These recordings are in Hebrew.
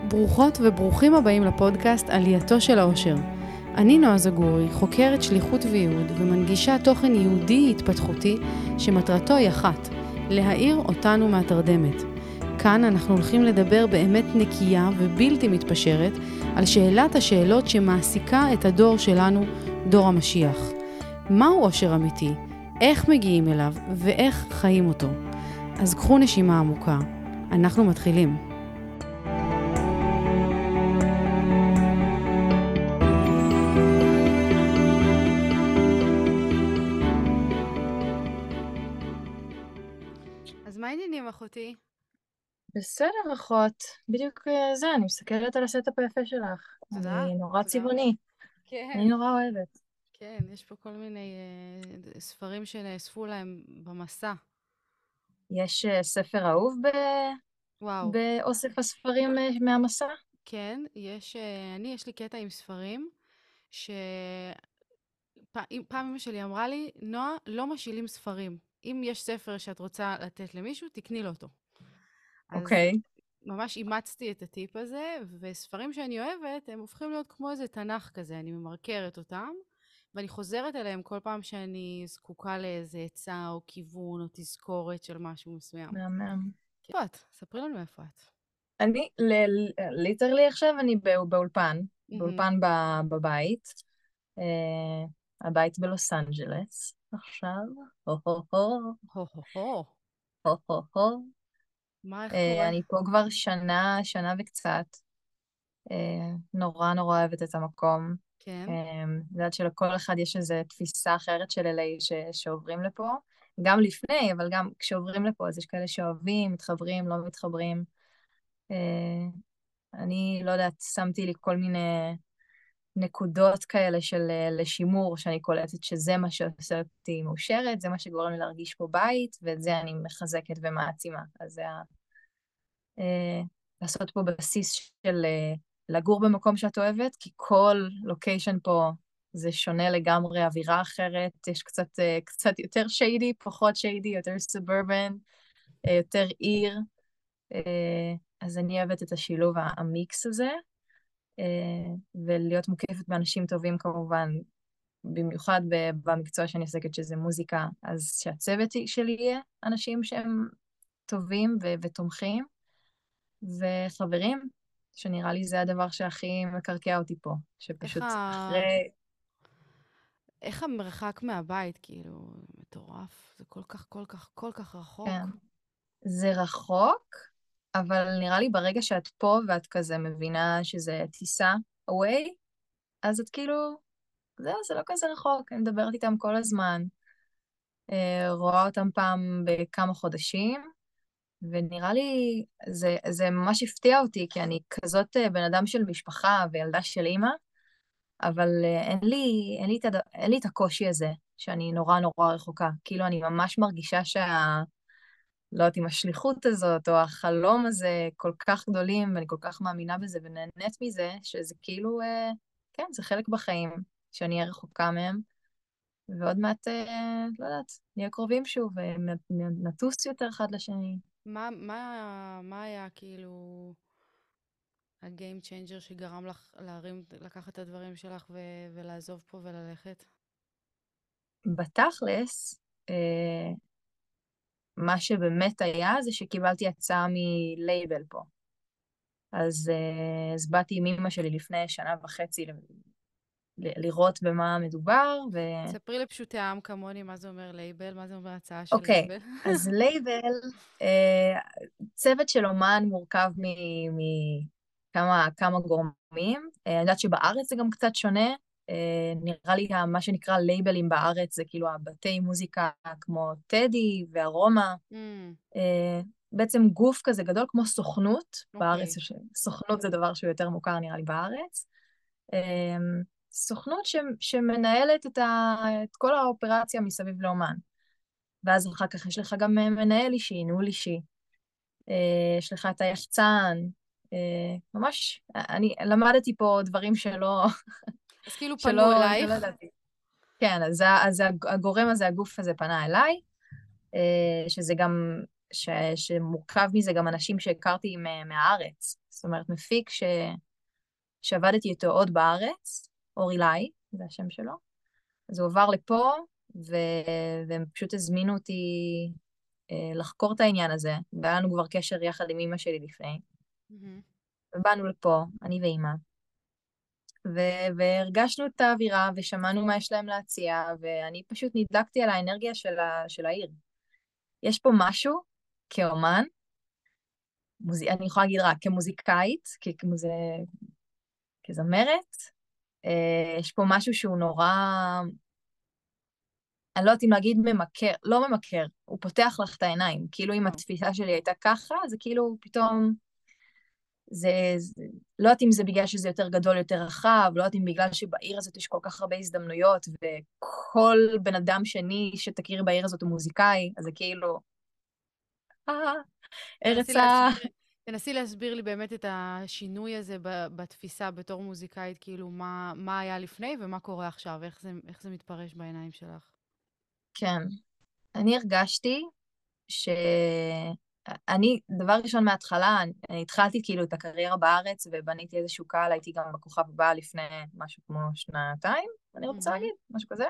ברוכות וברוכים הבאים לפודקאסט עלייתו של האושר. אני נועה זגורי, חוקרת שליחות וייעוד ומנגישה תוכן יהודי התפתחותי שמטרתו היא אחת, להאיר אותנו מהתרדמת. כאן אנחנו הולכים לדבר באמת נקייה ובלתי מתפשרת על שאלת השאלות שמעסיקה את הדור שלנו, דור המשיח. מהו אושר אמיתי? איך מגיעים אליו ואיך חיים אותו? אז קחו נשימה עמוקה. אנחנו מתחילים. אז מה העניינים, אחותי? בסדר, אחות. בדיוק זה, אני מסתכלת על הסטאפ היפה שלך. תודה. אני נורא תודה. צבעוני. כן, אני נורא אוהבת. כן, יש פה כל מיני ספרים שנאספו להם במסע. יש ספר אהוב וואו. באוסף הספרים מהמסע? כן, יש לי קטע עם ספרים, פעם אמא שלי אמרה לי, נועה, לא משילים ספרים. אם יש ספר שאת רוצה לתת למישהו, תקני לו אותו. אז אוקיי. ממש אימצתי את הטיפ הזה, וספרים שאני אוהבת, הם הופכים להיות כמו איזה תנ"ך כזה, אני ממרקרת אותם, ואני חוזרת אליהם כל פעם שאני זקוקה לאיזה עצה או כיוון או תזכורת של משהו מסוים. מהמם. איפה את? ספרי לנו איפה את. אני, ליטרלי עכשיו אני באולפן. מהמם. באולפן בבית. אה, הבית בלוס אנג'לס עכשיו. הו-הו-הו. הו-הו-הו. הו-הו-הו. איך קורה? אני פה כבר שנה וקצת. נורא נורא אוהבת את המקום. כן. אני יודעת שלכל אחד יש איזו תפיסה אחרת של LA שעוברים לפה, גם לפני, אבל גם כשעוברים לפה, אז יש כאלה שאוהבים, מתחברים, לא מתחברים. אה, אני לא יודעת, שמתי לי כל מיני נקודות כאלה של לשימור, שאני קולטת שזה מה שעושה אותי מאושרת, זה מה שגורם לי להרגיש פה בית, ואת זה אני מחזקת ומעצימה. אז זה לעשות פה בסיס של לגור במקום שאת אוהבת, כי כל לוקיישן פה זה שונה לגמרי, אווירה אחרת, יש קצת יותר שיידי, פחות שיידי, יותר סוברבן, יותר עיר, אז אני אוהבת את השילוב המיקס הזה, ולהיות מוקפת באנשים טובים כמובן, במיוחד במקצוע שאני עוסקת שזה מוזיקה, אז שהצוות שלי יהיה אנשים שהם טובים ותומכים, וחברים, שנראה לי זה הדבר שהכי מקרקע אותי פה, איך שפשוט אחרי... איך המרחק מהבית, כאילו, מטורף. זה כל כך כן, רחוק. זה רחוק, אבל נראה לי ברגע שאת פה ואת כזה מבינה שזה טיסה away, אז את כאילו, זהו, זה לא כזה רחוק, אני מדברת איתם כל הזמן, רואה אותם פעם בכמה חודשים, ונראה לי, זה ממש הפתיע אותי, כי אני כזאת בן אדם של משפחה וילדה של אימא, אבל אין לי את הקושי הזה, שאני נורא נורא רחוקה. כאילו, אני ממש מרגישה לא יודעת אם השליחות הזאת, או החלום הזה, כל כך גדולים, ואני כל כך מאמינה בזה ונהנית מזה, שזה כאילו, כן, זה חלק בחיים, שאני אהיה רחוקה מהם, ועוד מעט, לא יודעת, נהיה קרובים שוב, ונטוס יותר אחד לשני. מה היה כאילו ה-game changer שגרם לך לקחת את הדברים שלך ולעזוב פה וללכת? בתכלס, מה שבאמת היה זה שקיבלתי הצעה מלייבל פה. אז באתי עם אמא שלי לפני שנה וחצי לראות במה מדובר, ספרי לפשוטי העם כמוני מה זה אומר לייבל, מה זה אומר הצעה של אוקיי, לייבל. אז לייבל, צוות של אומן מורכב מכמה גורמים. אני יודעת שבארץ זה גם קצת שונה. נראה לי מה שנקרא לייבלים בארץ זה כאילו הבתי מוזיקה כמו טדי וארומה. Mm, בעצם גוף כזה גדול כמו סוכנות בארץ, אוקיי. סוכנות זה דבר שהוא יותר מוכר נראה לי בארץ. סוכנות שמנהלת את כל האופרציה מסביב לאומן. ואז אחר כך יש לך גם מנהל אישי, ניהול אישי. יש לך את היחצן. ממש, אני למדתי פה דברים אז כאילו פנו שלא אלייך. ידעתי. כן, אז הגורם הזה, הגוף הזה פנה אליי, שזה גם שמורכב מזה גם אנשים שהכרתי מהארץ. זאת אומרת, מפיק שעבדתי איתו עוד בארץ, אורי לי, זה השם שלו. אז הוא עבר לפה, והם פשוט הזמינו אותי לחקור את העניין הזה, והיה לנו כבר קשר יחד עם אמא שלי לפני. מהמם. ובאנו לפה, אני ואמא, והרגשנו את האווירה, ושמענו מה יש להם להציע, ואני פשוט נדלקתי על האנרגיה של העיר. יש פה משהו, כאומן, אני יכולה להגיד רק כמוזיקאית, כזמרת, יש פה משהו שהוא נורא, אני לא יודעת אם להגיד ממכר, לא ממכר, הוא פותח לך את העיניים. כאילו אם התפיסה שלי הייתה ככה, זה כאילו פתאום, לא יודעת אם זה בגלל שזה יותר גדול, יותר רחב, לא יודעת אם בגלל שבעיר הזאת יש כל כך הרבה הזדמנויות, וכל בן אדם שני שתכיר בעיר הזאת הוא מוזיקאי, אז זה כאילו, אה, תנסי ארץ להסביר, תנסי להסביר לי באמת את השינוי הזה בתפיסה בתור מוזיקאית, כאילו מה היה לפני ומה קורה עכשיו, איך זה מתפרש בעיניים שלך. כן. אני הרגשתי שאני, דבר ראשון מההתחלה, אני התחלתי כאילו את הקריירה בארץ ובניתי איזשהו קהל, הייתי גם בכוכב הבא לפני משהו כמו שנתיים, אני רוצה מהמם. להגיד, משהו כזה.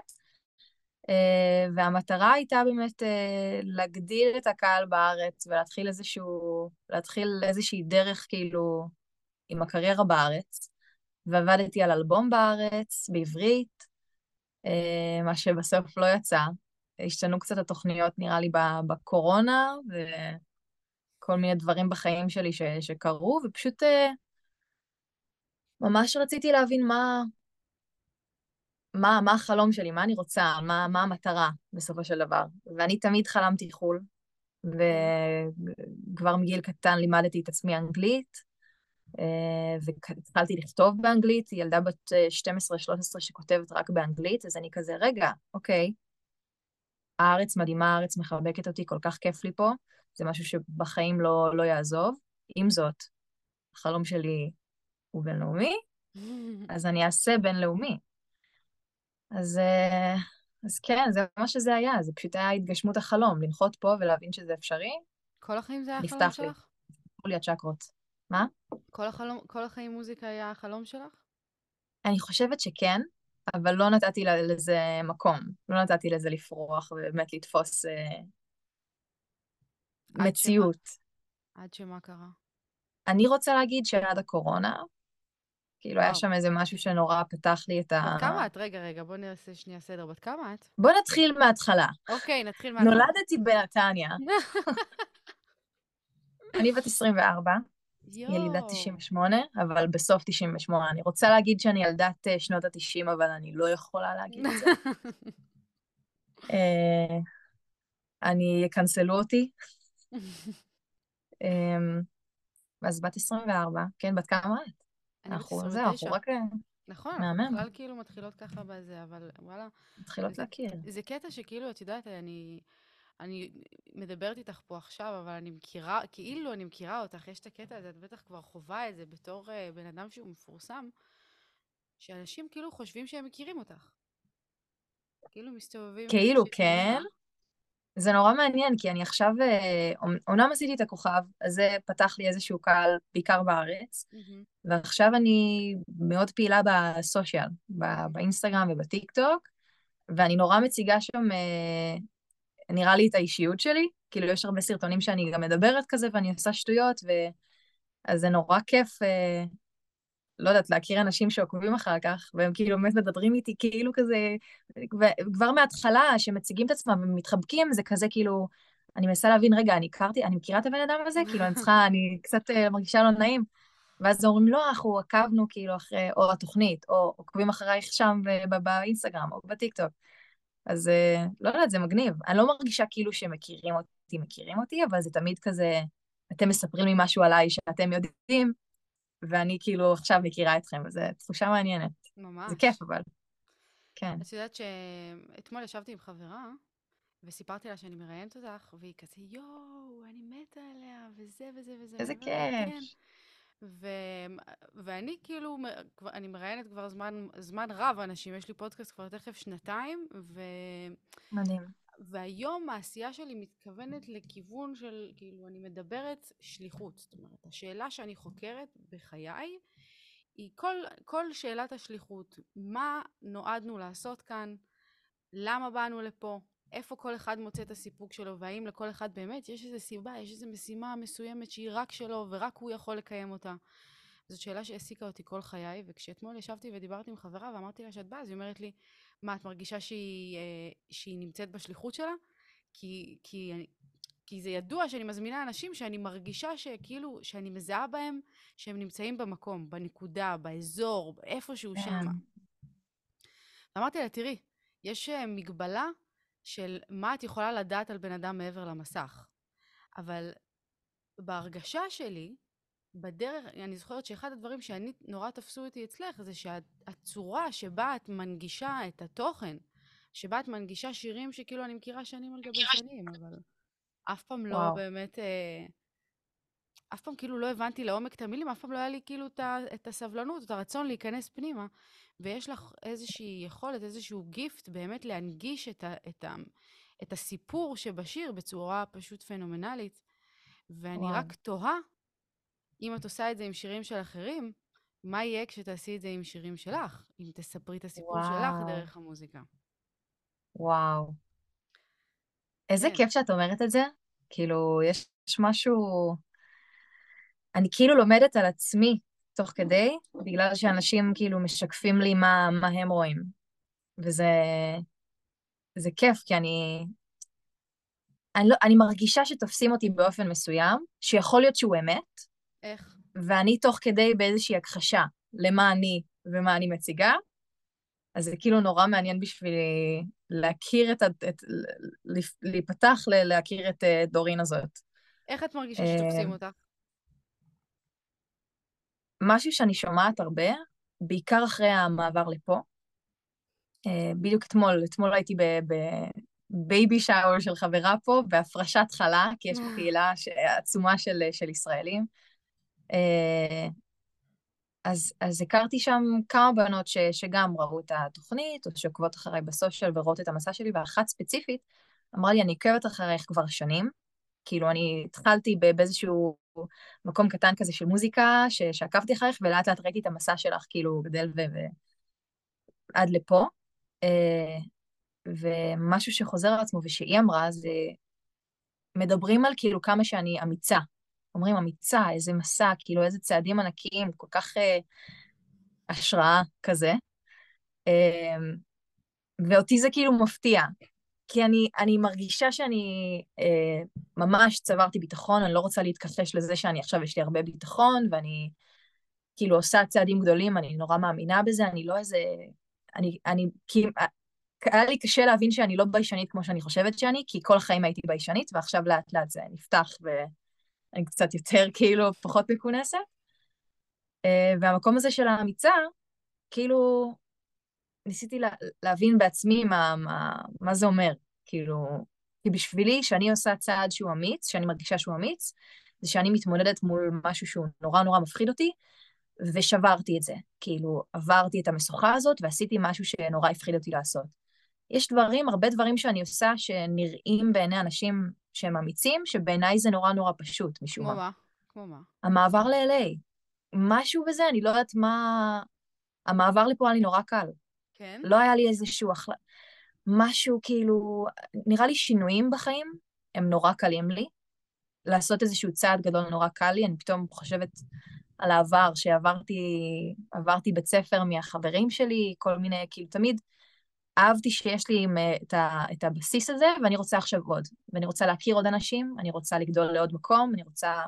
והמטרה הייתה באמת להגדיל את הקהל בארץ ולהתחיל להתחיל איזושהי דרך כאילו עם הקריירה בארץ. ועבדתי על אלבום בארץ, בעברית, מה שבסוף לא יצא. השתנו קצת התוכניות, נראה לי, בקורונה, וכל מיני דברים בחיים שלי שקרו, ופשוט ממש רציתי להבין מה החלום שלי, מה אני רוצה, מה המטרה בסופו של דבר. ואני תמיד חלמתי חו"ל, כן. וכבר מגיל קטן לימדתי את עצמי אנגלית, והתחלתי לכתוב באנגלית, ילדה בת 12-13 שכותבת רק באנגלית, אז אני כזה, רגע, אוקיי, הארץ מדהימה, הארץ מחבקת אותי, כל כך כיף לי פה, זה משהו שבחיים לא יעזוב. עם זאת, החלום שלי הוא בינלאומי, אז אני אעשה בינלאומי. אז, אז כן, זה מה שזה היה, זה פשוט היה התגשמות החלום, לנחות פה ולהבין שזה אפשרי, כל החיים זה היה החלום נפתח לי, שלך? נפתחו לי הצ'קרות. מה? כל החיים מוזיקה היה החלום שלך? אני חושבת שכן, אבל לא נתתי לזה מקום, לא נתתי לזה לפרוח ובאמת לתפוס עד שמה? מציאות. עד שמה קרה? אני רוצה להגיד שעד הקורונה, כאילו היה וואו. שם איזה משהו שנורא פתח לי את בת כמה את? רגע, בוא נעשה שנייה סדר. בת כמה את? בוא נתחיל מההתחלה. אוקיי, נתחיל מההתחלה. נולדתי בנתניה, אני בת 24, ילידת יואו. 98, אבל בסוף 98. אני רוצה להגיד שאני ילדת שנות ה-90, אבל אני לא יכולה להגיד את זה. אה, אני, יקנסלו אותי. אז בת 24, כן, בת כמה את? אני בת זהו, אנחנו 29. רק נכון, אנחנו מהמם, בכלל כאילו מתחילות ככה בזה, אבל וואלה, מתחילות זה, להכיר. זה קטע שכאילו, את יודעת, אני מדברת איתך פה עכשיו, אבל אני מכירה, כאילו אני מכירה אותך, יש את הקטע הזה, את בטח כבר חווה את זה בתור בן אדם שהוא מפורסם, שאנשים כאילו חושבים שהם מכירים אותך. כאילו מסתובבים עם כאילו, איזושהי כן, תמונה. זה נורא מעניין, כי אני עכשיו, אומנם עשיתי את הכוכב, אז זה פתח לי איזשהו קהל, בעיקר בארץ, מהמם, ועכשיו אני מאוד פעילה בסושיאל, מהמם. באינסטגרם ובטיק טוק, ואני נורא מציגה שם, נראה לי, את האישיות שלי, כאילו יש הרבה סרטונים שאני גם מדברת כזה, ואני עושה שטויות, אז זה נורא כיף, לא יודעת, להכיר אנשים שעוקבים אחר כך, והם כאילו באמת מדברים איתי כאילו כזה, וכבר מההתחלה, שמציגים את עצמם ומתחבקים, זה כזה כאילו, אני מנסה להבין, רגע, אני מכירה את הבן אדם הזה? כאילו, אני קצת מרגישה לא נעים. ואז אומרים, לא, אנחנו עקבנו כאילו אחרי, או התוכנית, או עוקבים אחרייך שם באינסטגרם, או בטיקטוק. אז לא יודעת, זה מגניב. אני לא מרגישה כאילו מכירים אותי, אבל זה תמיד כזה, אתם מספרים לי משהו עליי שאתם יודעים, ואני כאילו עכשיו מכירה אתכם, וזו תחושה מעניינת. זה כיף, ממש. אבל כן. את יודעת שאתמול ישבתי עם חברה, וסיפרתי לה שאני מראיינת אותך, והיא כזה, יואו, אני מתה עליה, וזה וזה וזה, איזה ואני אומרת לה, כיף. כן. ו... ואני כאילו, אני מראיינת כבר זמן רב אנשים, יש לי פודקאסט כבר תכף שנתיים, מדהים. והיום העשייה שלי מתכוונת לכיוון של, כאילו, אני מדברת שליחות. זאת אומרת, השאלה שאני חוקרת בחיי היא כל שאלת השליחות. מה נועדנו לעשות כאן? למה באנו לפה? איפה כל אחד מוצא את הסיפוק שלו? והאם לכל אחד באמת יש איזו סיבה, יש איזו משימה מסוימת שהיא רק שלו ורק הוא יכול לקיים אותה? זאת שאלה שהעסיקה אותי כל חיי, וכשאתמול ישבתי ודיברתי עם חברה ואמרתי לה שאת באה, אז היא אומרת לי, מה, את מרגישה שהיא נמצאת בשליחות שלה? כי זה ידוע שאני מזמינה אנשים שאני מרגישה שכאילו, שאני מזהה בהם, שהם נמצאים במקום, בנקודה, באזור, איפשהו כן. שם. אמרתי לה, תראי, יש מגבלה של מה את יכולה לדעת על בן אדם מעבר למסך. אבל בהרגשה שלי, בדרך, אני זוכרת שאחד הדברים שאני נורא תפסו אותי אצלך, זה שהצורה שבה את מנגישה את התוכן, שבה את מנגישה שירים שכאילו אני מכירה שנים על גבי שנים, אבל אף פעם לא וואו. באמת, אף פעם כאילו לא הבנתי לעומק את המילים, אף פעם לא היה לי כאילו את הסבלנות, את הרצון להיכנס פנימה, ויש לך איזושהי יכולת, איזשהו גיפט באמת להנגיש את הסיפור שבשיר בצורה פשוט פנומנלית, ואני וואו. רק תוהה, אם את עושה את זה עם שירים של אחרים, מה יהיה כשתעשי את זה עם שירים שלך? אם תספרי את הסיפור שלך וואו. דרך המוזיקה. וואו. איזה כן. כיף שאת אומרת את זה. כאילו, יש משהו... אני כאילו לומדת על עצמי תוך כדי, בגלל שאנשים כאילו משקפים לי מה הם רואים. וזה זה כיף, כי אני מרגישה שתופסים אותי באופן מסוים, שיכול להיות שהוא אמת, איך? ואני תוך כדי באיזושהי הכחשה למה אני ומה אני מציגה, אז זה כאילו נורא מעניין בשבילי להכיר להיפתח להכיר את דורין הזאת. איך את מרגישה אה, שתופסים אותך? משהו שאני שומעת הרבה, בעיקר אחרי המעבר לפה, בדיוק אתמול הייתי בבייבי שאור של חברה פה, בהפרשת חלה, כי יש פה קהילה עצומה של ישראלים. אה, אז הכרתי שם כמה בנות שגם ראו את התוכנית, או שעוקבות אחריי בסושיאל ורואות את המסע שלי, ואחת ספציפית אמרה לי, אני עוקבת אחרייך כבר שנים, כאילו אני התחלתי באיזשהו מקום קטן כזה של מוזיקה, שעקבתי אחרייך, ולאט לאט ראיתי את המסע שלך, כאילו גדל ועד לפה. ומשהו שחוזר על עצמו, ושהיא אמרה, זה מדברים על כאילו כמה שאני אמיצה. אומרים אמיצה, איזה מסע, כאילו איזה צעדים ענקיים, כל כך השראה כזה. ואותי זה כאילו מפתיע, כי אני מרגישה שאני ממש צברתי ביטחון, אני לא רוצה להתכחש לזה שאני עכשיו יש לי הרבה ביטחון, ואני כאילו עושה צעדים גדולים, אני נורא מאמינה בזה, אני לא איזה... כי היה לי קשה להבין שאני לא ביישנית כמו שאני חושבת שאני, כי כל החיים הייתי ביישנית, ועכשיו לאט לאט זה נפתח, ואני קצת יותר כאילו פחות מכונסת. והמקום הזה של האמיצה, כאילו ניסיתי להבין בעצמי מה זה אומר, כאילו, כי בשבילי, שאני עושה צעד שהוא אמיץ, שאני מרגישה שהוא אמיץ, זה שאני מתמודדת מול משהו שהוא נורא נורא מפחיד אותי, ושברתי את זה. כאילו, עברתי את המשוכה הזאת, ועשיתי משהו שנורא הפחיד אותי לעשות. יש דברים, הרבה דברים שאני עושה, שנראים בעיני אנשים שהם אמיצים, שבעיניי זה נורא נורא פשוט, משום כמו מה. מה? כמו מה? המעבר ל-LA, משהו בזה, אני לא יודעת מה... המעבר לפה היה לי נורא קל. כן? לא היה לי איזשהו משהו כאילו, נראה לי שינויים בחיים, הם נורא קלים לי. לעשות איזשהו צעד גדול נורא קל לי, אני פתאום חושבת על העבר, עברתי בית ספר מהחברים שלי, כל מיני, כאילו תמיד אהבתי שיש לי את הבסיס הזה, ואני רוצה עכשיו עוד. ואני רוצה להכיר עוד אנשים, אני רוצה לגדול לעוד מקום, אני רוצה...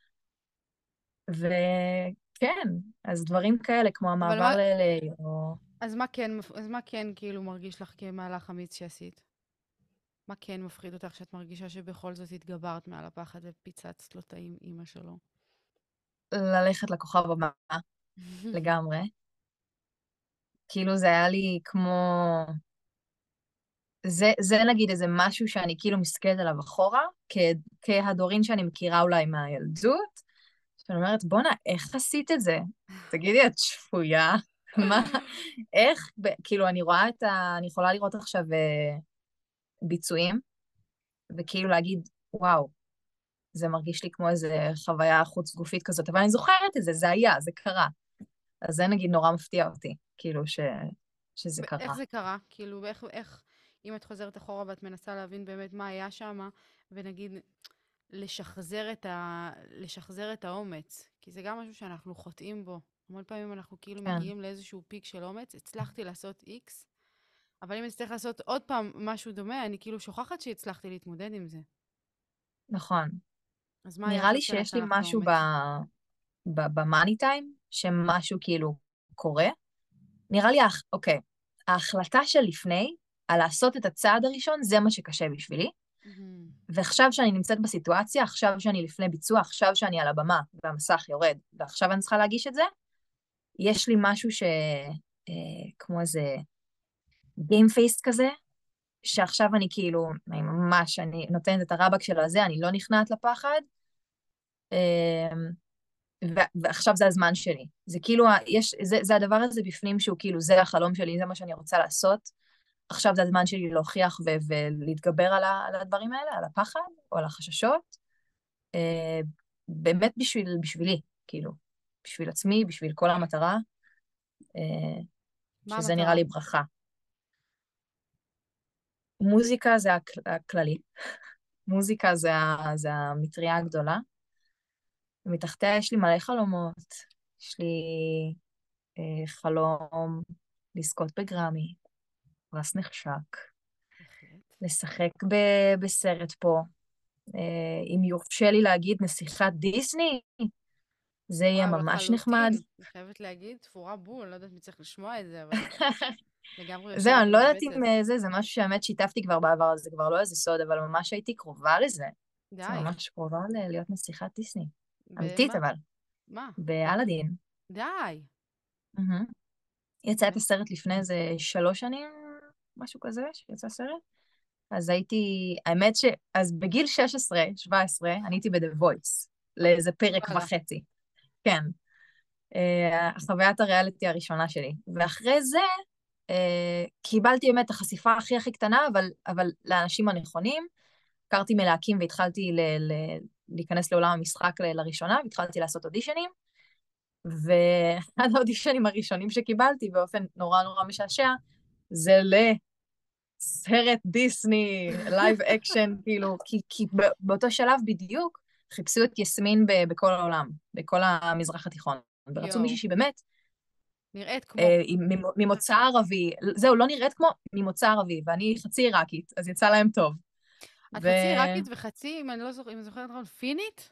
וכן, אז דברים כאלה, כמו אבל המעבר מה, ל-LA, או... אז מה כן כאילו מרגיש לך כמהלך אמיץ שעשית? מה כן מפחיד אותך שאת מרגישה שבכל זאת התגברת מעל הפחד ופיצצת לו את האמא שלו? ללכת לכוכב הבא, לגמרי. כאילו זה היה לי כמו... זה נגיד איזה משהו שאני כאילו מסתכלת עליו אחורה, כהדורין שאני מכירה אולי מהילדות, שאני אומרת, בואנה, איך עשית את זה? תגידי, את שפויה? מה, איך, כאילו, אני רואה אני יכולה לראות עכשיו ביצועים, וכאילו להגיד, וואו, זה מרגיש לי כמו איזה חוויה חוץ גופית כזאת, אבל אני זוכרת את זה, זה היה, זה קרה. אז זה נגיד נורא מפתיע אותי, כאילו שזה איך קרה. זה קרה? כאילו, אם את חוזרת אחורה ואת מנסה להבין באמת מה היה שם, ונגיד, לשחזר את האומץ, כי זה גם משהו שאנחנו חוטאים בו. המון פעמים אנחנו כאילו כן, מגיעים לאיזשהו פיק של אומץ, הצלחתי לעשות X, אבל אם אני אצטרך לעשות עוד פעם משהו דומה, אני כאילו שוכחת שהצלחתי להתמודד עם זה. נכון. אז מה היה נראה עכשיו לי שיש שנתן לי לך את משהו האומץ? במאני טיים, שמשהו כאילו קורה. נראה לי, אוקיי, ההחלטה של לפני, על לעשות את הצעד הראשון, זה מה שקשה בשבילי. מהמם. ועכשיו שאני נמצאת בסיטואציה, עכשיו שאני לפני ביצוע, עכשיו שאני על הבמה והמסך יורד, ועכשיו אני צריכה להגיש את זה, יש לי משהו כמו איזה גיים פייס כזה, שעכשיו אני כאילו, אני נותנת את הרבק של הזה, אני לא נכנעת לפחד, ועכשיו זה הזמן שלי. זה כאילו, זה הדבר הזה בפנים שהוא כאילו, זה החלום שלי, זה מה שאני רוצה לעשות. עכשיו זה הזמן שלי להוכיח ולהתגבר על הדברים האלה, על הפחד או על החששות. אה, באמת בשבילי, כאילו, בשביל עצמי, בשביל כל המטרה, אה, מה שזה נראה המטרה? לי ברכה. מוזיקה זה הכללי, מוזיקה זה המטריה הגדולה, ומתחתיה יש לי מלא חלומות. יש לי חלום לזכות בגרמי, פרס נחשק, בהחלט. לשחק בסרט פה. אם יורשה לי להגיד נסיכת דיסני, זה יהיה וואו, ממש נחמד. לחלוטין. אני חייבת להגיד, תפורה בול, לא יודעת מי צריך לשמוע את זה, אבל לגמרי זהו, יושבת אני לא יודעת במשבצת. אם זה משהו שהאמת שיתפתי כבר בעבר, אז זה כבר לא איזה סוד, אבל ממש הייתי קרובה לזה. זה די. ממש קרובה להיות נסיכת דיסני. אמיתית, במה? אבל. מה? באלאדין. די. מהמם. יצא את הסרט לפני איזה 3 שנים, משהו כזה, שיצא סרט. אז האמת אז בגיל 16, 17, אני הייתי ב-The Voice, לאיזה פרק וואלה. וחצי. כן. חוויית הריאליטי הראשונה שלי. ואחרי זה, קיבלתי באמת את החשיפה הכי קטנה, אבל לאנשים הנכונים. הכרתי מלהקים והתחלתי להיכנס לעולם המשחק לראשונה, והתחלתי לעשות אודישנים, ואחד האודישנים הראשונים שקיבלתי באופן נורא נורא משעשע, זה לסרט דיסני, לייב אקשן, כאילו, כי באותו שלב בדיוק חיפשו את יסמין בכל העולם, בכל המזרח התיכון, ורצו מישהי יואו. שהיא באמת נראית כמו. ממוצא ערבי, זהו, לא נראית כמו ממוצא ערבי, ואני חצי עיראקית, אז יצא להם טוב. את ויפה, חצי עיראקית וחצי, אם אני לא זוכרת, אם אני זוכרת נכון, פינית?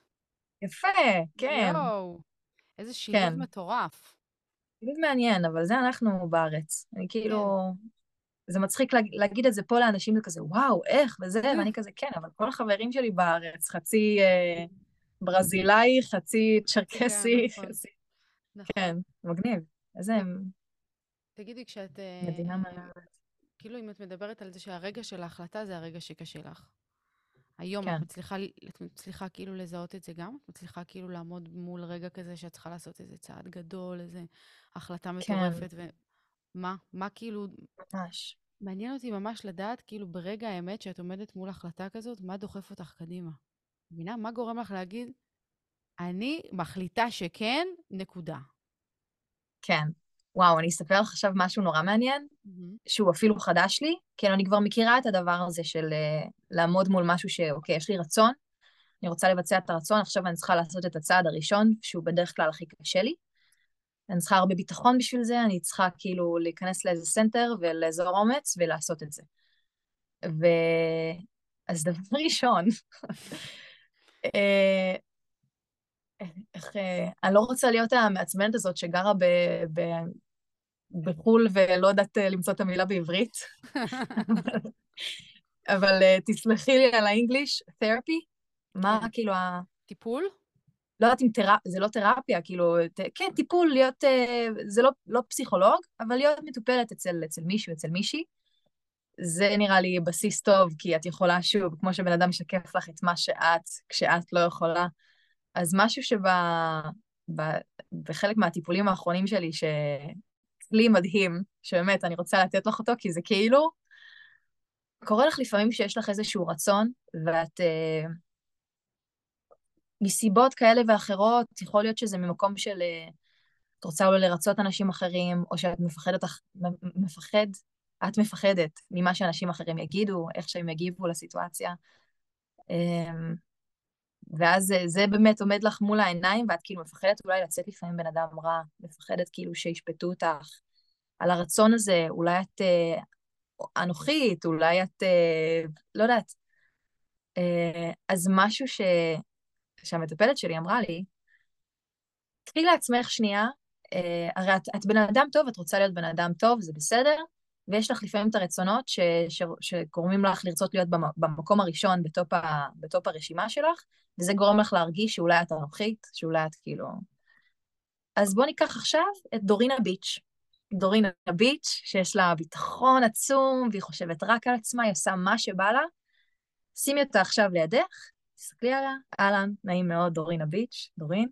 כן, יואו. איזה שילוב כן. מטורף. תמיד מעניין, אבל זה אנחנו בארץ. אני כן. כאילו, זה מצחיק להגיד את זה פה לאנשים, זה כזה, וואו, איך, וזה, ואני כזה, כן, אבל כל החברים שלי בארץ, חצי ברזילאי, חצי חצי כאן, צ'רקסי, נכון. חצי... נכון. כן, מגניב. איזה תגידי, כשאת, מדינה מהממת. כאילו אם את מדברת על זה שהרגע של ההחלטה זה הרגע שקשה לך. היום כן, את מצליחה כאילו לזהות את זה גם? את מצליחה כאילו לעמוד מול רגע כזה שאת צריכה לעשות איזה צעד גדול, איזה החלטה כן, מטורפת, מה כאילו, ממש. מעניין אותי ממש לדעת כאילו ברגע האמת שאת עומדת מול החלטה כזאת, מה דוחף אותך קדימה? מבינה? מה גורם לך להגיד, אני מחליטה שכן, נקודה. כן. וואו, אני אספר לך עכשיו משהו נורא מעניין, מהמם. שהוא אפילו חדש לי, כי אני כבר מכירה את הדבר הזה של לעמוד מול משהו שאוקיי, יש לי רצון, אני רוצה לבצע את הרצון, עכשיו אני צריכה לעשות את הצעד הראשון, שהוא בדרך כלל הכי קשה לי. אני צריכה הרבה ביטחון בשביל זה, אני צריכה כאילו להיכנס לאיזה סנטר ולאזור אומץ ולעשות את זה. ו... אז דבר ראשון, אה, אני לא רוצה להיות המעצבנת הזאת שגרה בחו"ל ולא יודעת למצוא את המילה בעברית, אבל תסלחי לי על האנגליש, therapy, מה כן. כאילו טיפול? לא יודעת אם זה לא תרפיה, כאילו, כן, טיפול, להיות, זה לא פסיכולוג, אבל להיות מטופלת אצל מישהו, אצל מישהי, זה נראה לי בסיס טוב, כי את יכולה שוב, כמו שבן אדם משקף לך את מה שאת, כשאת לא יכולה. אז משהו ב, בחלק מהטיפולים האחרונים שלי, שכלי מדהים, שבאמת אני רוצה לתת לך אותו, כי זה כאילו, קורה לך לפעמים שיש לך איזשהו רצון, ואת מסיבות כאלה ואחרות, יכול להיות שזה ממקום של את רוצה אולי לרצות אנשים אחרים, או שאת מפחד, את מפחדת ממה שאנשים אחרים יגידו, איך שהם יגיבו לסיטואציה. ואז זה באמת עומד לך מול העיניים, ואת כאילו מפחדת אולי לצאת לפעמים בן אדם רע, מפחדת כאילו שישפטו אותך על הרצון הזה, אולי את אנוכית, אולי את, לא יודעת. אז משהו שהמטפלת שלי אמרה לי, קחי לעצמך שנייה, הרי את בן אדם טוב, את רוצה להיות בן אדם טוב, זה בסדר, ויש לך לפעמים את הרצונות שגורמים לך לרצות להיות במקום הראשון בטופ הרשימה שלך, וזה גורם לך להרגיש שאולי את אנוכית, שאולי את כאילו... אז בוא ניקח עכשיו את דורינה ביץ'. דורינה ביץ', שיש לה ביטחון עצום, והיא חושבת רק על עצמה, היא עושה מה שבא לה. שימי אותה עכשיו לידך, תסתכלי עליה, אהלן, נעים מאוד, דורינה ביץ', דורין.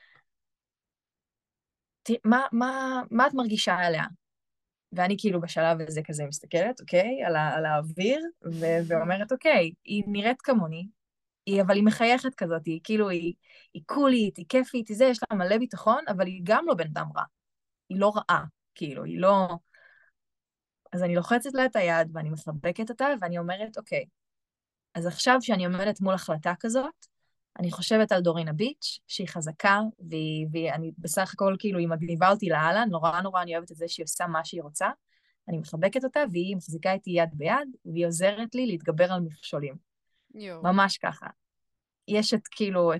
מה את מרגישה עליה? ואני כאילו בשלב הזה כזה מסתכלת, אוקיי, על האוויר, ואומרת, אוקיי, היא נראית כמוני, אבל היא מחייכת כזאת, היא כאילו, היא קולית, היא כיפית, היא זה, יש לה מלא ביטחון, אבל היא גם לא בן אדם רע. היא לא רעה, כאילו, היא לא... אז אני לוחצת לה את היד, ואני מחבקת אותה, ואני אומרת, אוקיי, אז עכשיו שאני עומדת מול החלטה כזאת, אני חושבת על דורינה ביץ', שהיא חזקה, ואני בסך הכל כאילו, היא מגניבה אותי לאללה, נורא נורא אני אוהבת את זה שהיא עושה מה שהיא רוצה, אני מחבקת אותה, והיא מחזיקה איתי יד ביד, והיא עוזרת לי להתגבר על מכשולים. יואו. ממש ככה. יש את כאילו,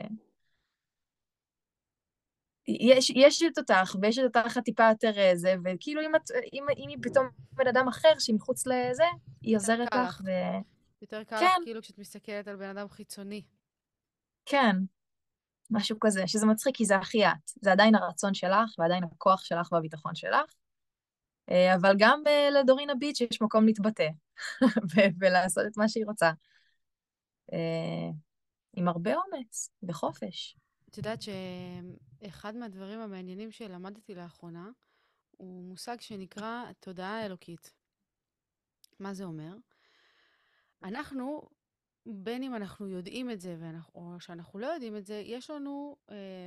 יש את אותך, ויש את אותך הטיפה יותר זה, וכאילו אם היא פתאום בן אדם אחר שהיא מחוץ לזה, היא יותר עוזרת קל לך, לך. יותר קל לך כן, כאילו כשאת מסתכלת על בן אדם חיצוני. כן. משהו כזה, שזה מצחיק כי זה הכי את. זה עדיין הרצון שלך, ועדיין הכוח שלך והביטחון שלך, אבל גם לדורינה ביץ' יש מקום להתבטא, ולעשות את מה שהיא רוצה. אה, עם הרבה אומץ, בחופש. את יודעת שאחד מהדברים המעניינים שלמדתי לאחרונה, הוא מושג שנקרא תודעה אלוקית. מה זה אומר? אנחנו, בין אם אנחנו יודעים את זה, או שאנחנו לא יודעים את זה, יש לנו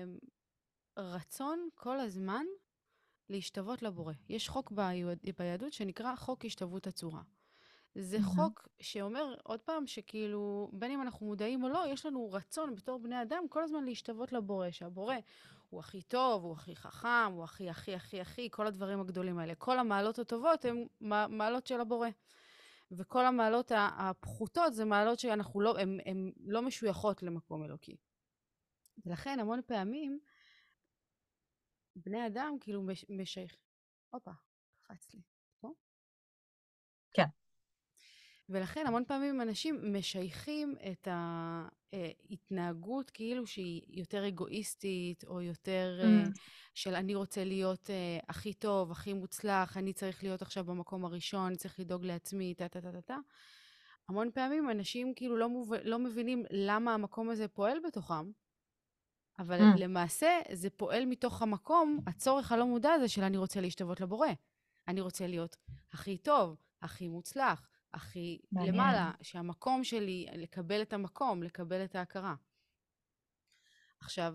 רצון כל הזמן להשתוות לבורא. יש חוק ביהדות שנקרא חוק השתוות הצורה. זה מהמם. חוק שאומר עוד פעם שכאילו, בין אם אנחנו מודעים או לא, יש לנו רצון בתור בני אדם כל הזמן להשתוות לבורא, שהבורא הוא הכי טוב, הוא הכי חכם, הוא הכי, הכי, הכי, הכי, כל הדברים הגדולים האלה. כל המעלות הטובות הן מעלות של הבורא. וכל המעלות הפחותות זה מעלות שאנחנו לא, הן לא משויכות למקום אלוקי. ולכן המון פעמים בני אדם כאילו משייך. הופה, קפץ לי. פה? כן. ולכן המון פעמים אנשים משייכים את ההתנהגות כאילו שהיא יותר אגואיסטית, או יותר Mm, של אני רוצה להיות הכי טוב, הכי מוצלח, אני צריך להיות עכשיו במקום הראשון, אני צריך לדאוג לעצמי, טה. המון פעמים אנשים כאילו לא מבינים למה המקום הזה פועל בתוכם, אבל mm, למעשה זה פועל מתוך המקום, הצורך הלא מודע הזה של אני רוצה להשתוות לבורא. אני רוצה להיות הכי טוב, הכי מוצלח, הכי מעניין. למעלה, שהמקום שלי, לקבל את המקום, לקבל את ההכרה. עכשיו,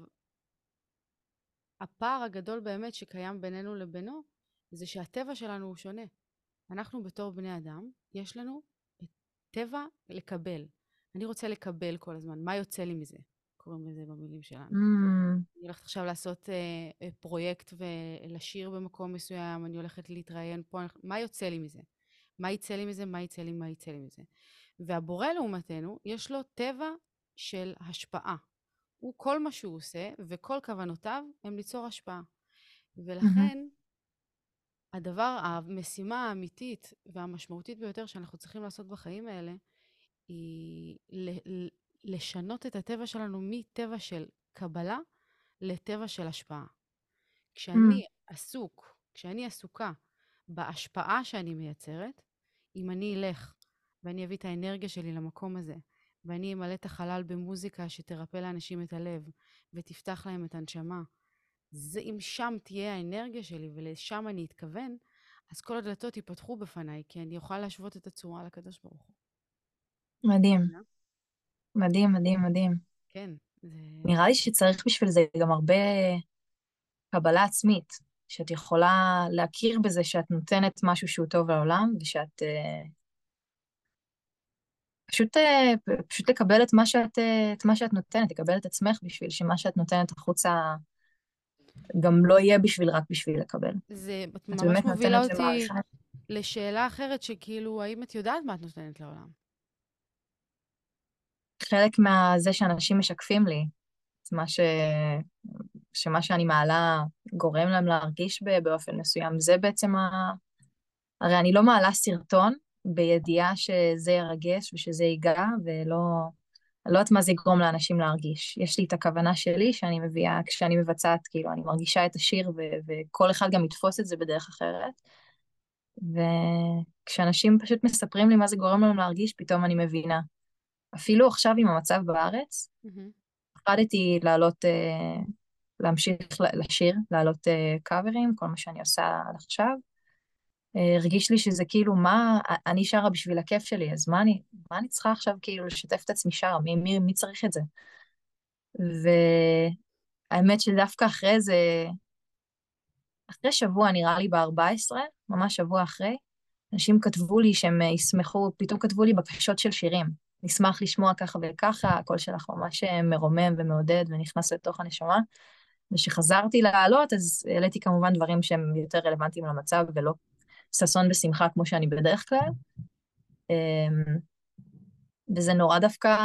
הפער הגדול באמת שקיים בינינו לבינו, זה שהטבע שלנו הוא שונה. אנחנו בתור בני אדם, יש לנו את טבע לקבל. אני רוצה לקבל כל הזמן. מה יוצא לי מזה? קוראים לזה במילים שלנו. Mm, אני הולכת עכשיו לעשות פרויקט ולשיר במקום מסוים, אני הולכת להתראיין פה, מה יוצא לי מזה? מה יצא לי מזה? מה יצא לי מזה? והבורא לעומתנו, יש לו טבע של השפעה. הוא כל מה שהוא עושה, וכל כוונותיו הם ליצור השפעה. mhm, ולכן, המשימה האמיתית והמשמעותית ביותר שאנחנו צריכים לעשות בחיים האלה, היא לשנות את הטבע שלנו מטבע של קבלה לטבע של השפעה. mm, כשאני עסוקה בהשפעה שאני מייצרת, אם אני אלך ואני אביא את האנרגיה שלי למקום הזה, ואני אמלא את החלל במוזיקה שתרפא לאנשים את הלב, ותפתח להם את הנשמה, אם שם תהיה האנרגיה שלי ולשם אני אתכוון, אז כל הדלתות ייפתחו בפניי, כי אני אוכל להשוות את הצורה לקדוש ברוך הוא. מדהים, מבינה? מדהים, מדהים, מדהים. כן, זה... נראה לי שצריך בשביל זה גם הרבה קבלה עצמית, שאת יכולה להכיר בזה שאת נותנת משהו שהוא טוב לעולם, ושאת פשוט לקבל את מה שאת נותנת, לקבל את עצמך בשביל שמה שאת נותנת החוצה גם לא יהיה רק בשביל לקבל. את את ממש באמת מובילה נותנת אותי ומעריכה. לשאלה אחרת, שכאילו, האם את יודעת מה את נותנת לעולם? חלק מהזה שאנשים משקפים לי, זה שמה שאני מעלה גורם להם להרגיש באופן מסוים, זה בעצם הרי אני לא מעלה סרטון בידיעה שזה ירגש ושזה ייגע, אני לא יודעת מה זה יגרום לאנשים להרגיש. יש לי את הכוונה שלי שאני מביאה, כשאני מבצעת, כאילו, אני מרגישה את השיר, וכל אחד גם יתפוס את זה בדרך אחרת. וכשאנשים פשוט מספרים לי מה זה גורם להם להרגיש, פתאום אני מבינה. אפילו עכשיו עם המצב בארץ, מהמם. החלטתי להמשיך לשיר, לעלות קאברים, כל מה שאני עושה עד עכשיו. הרגיש לי שזה כאילו, אני שרה בשביל הכיף שלי, אז מה אני צריכה עכשיו כאילו לשתף את עצמי שרה? מי צריך את זה? והאמת שדווקא אחרי שבוע, נראה לי ב-14, ממש שבוע אחרי, אנשים כתבו לי שהם ישמחו, פתאום כתבו לי בקשות של שירים. נשמח לשמוע ככה וככה, הקול שלך ממש מרומם ומעודד ונכנס לתוך הנשמה. וכשחזרתי לעלות, אז העליתי כמובן דברים שהם יותר רלוונטיים למצב, ולא ששון ושמחה כמו שאני בדרך כלל. אמ, וזה נורא דווקא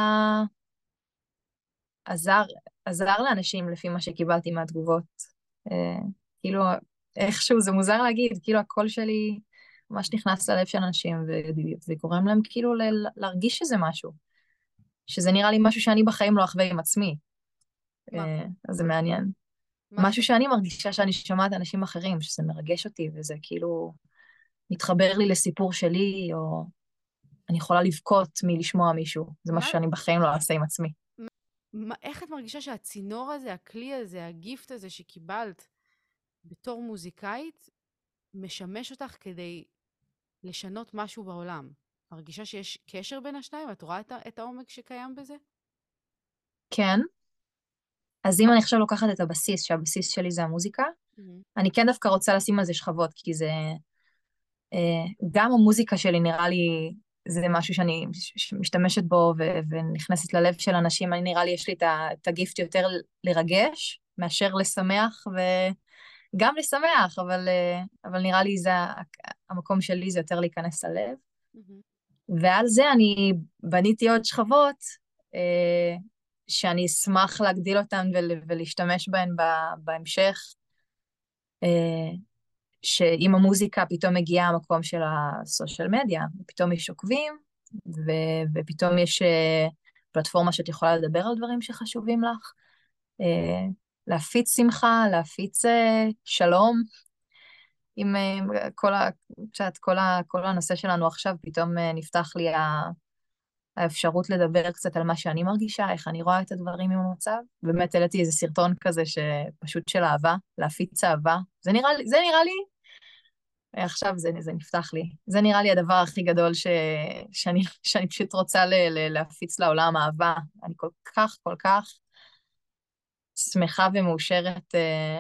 עזר, עזר לאנשים לפי מה שקיבלתי מהתגובות. אה, כאילו, איכשהו, זה מוזר להגיד, כאילו הקול שלי ממש נכנס ללב של אנשים, וגורם להם כאילו להרגיש שזה משהו, שזה נראה לי משהו שאני בחיים לא אחווה עם עצמי. מה? אז זה מעניין. מה משהו למשל? שאני מרגישה שאני שומעת אנשים אחרים, שזה מרגש אותי, וזה כאילו מתחבר לי לסיפור שלי, או אני יכולה לבכות מלשמוע מישהו. זה מה, משהו שאני בחיים לא אעשה עם עצמי. איך את מרגישה שהצינור הזה, הכלי הזה, הגיפט הזה שקיבלת בתור מוזיקאית, משמש אותך כדי לשנות משהו בעולם? מרגישה שיש קשר בין השניים? את רואה את העומק שקיים בזה? כן, אז אם אני עכשיו לוקחת את הבסיס, שהבסיס שלי זה המוזיקה, מהמם. אני כן דווקא רוצה לשים על זה שכבות, כי גם המוזיקה שלי נראה לי, זה משהו שאני משתמשת בו ונכנסת ללב של אנשים, נראה לי יש לי את הגיפט יותר לרגש, מאשר לשמח, וגם לשמח, אבל נראה לי המקום שלי זה יותר להיכנס ללב. מהמם. ועל זה אני בניתי עוד שכבות, אה, שאני אשמח להגדיל אותן ולהשתמש בהן בהמשך. אה, שעם המוזיקה פתאום מגיע המקום של הסושיאל מדיה, פתאום יש עוקבים, ופתאום יש פלטפורמה שאת יכולה לדבר על דברים שחשובים לך, אה, להפיץ שמחה, להפיץ שלום, עם כל הנושא שלנו עכשיו, פתאום נפתח לי האפשרות לדבר קצת על מה שאני מרגישה, איך אני רואה את הדברים עם המצב. באמת העליתי איזה סרטון כזה שפשוט של אהבה, להפיץ אהבה. זה נראה לי עכשיו זה נפתח לי. זה נראה לי הדבר הכי גדול שאני פשוט רוצה להפיץ לעולם אהבה. אני כל כך שמחה ומאושרת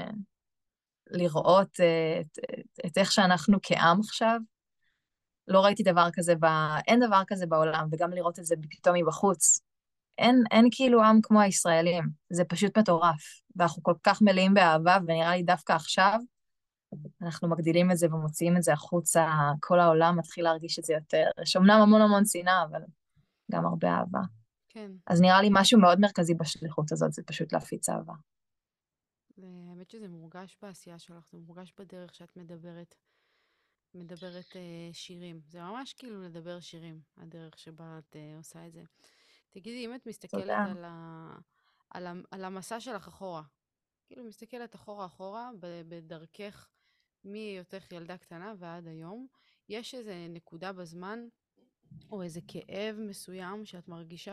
לראות את איך שאנחנו כעם עכשיו. לא ראיתי דבר כזה, אין דבר כזה בעולם, וגם לראות את זה פתאום מבחוץ. אין כאילו עם כמו הישראלים, זה פשוט מטורף. ואנחנו כל כך מלאים באהבה, ונראה לי דווקא עכשיו, אנחנו מגדילים את זה ומוציאים את זה החוצה, כל העולם מתחיל להרגיש את זה יותר. יש אמנם המון המון שנאה, אבל גם הרבה אהבה. כן. אז נראה לי משהו מאוד מרכזי בשליחות הזאת, זה פשוט להפיץ אהבה. האמת שזה מורגש בעשייה שלך, זה מורגש בדרך שאת מדברת שירים. זה ממש כאילו לדבר שירים, הדרך שבה את עושה את זה. תגידי, אם את מסתכלת תודה. על המסע שלך אחורה, כאילו מסתכלת אחורה, בדרכך מהיותך ילדה קטנה ועד היום, יש איזה נקודה בזמן, או איזה כאב מסוים שאת מרגישה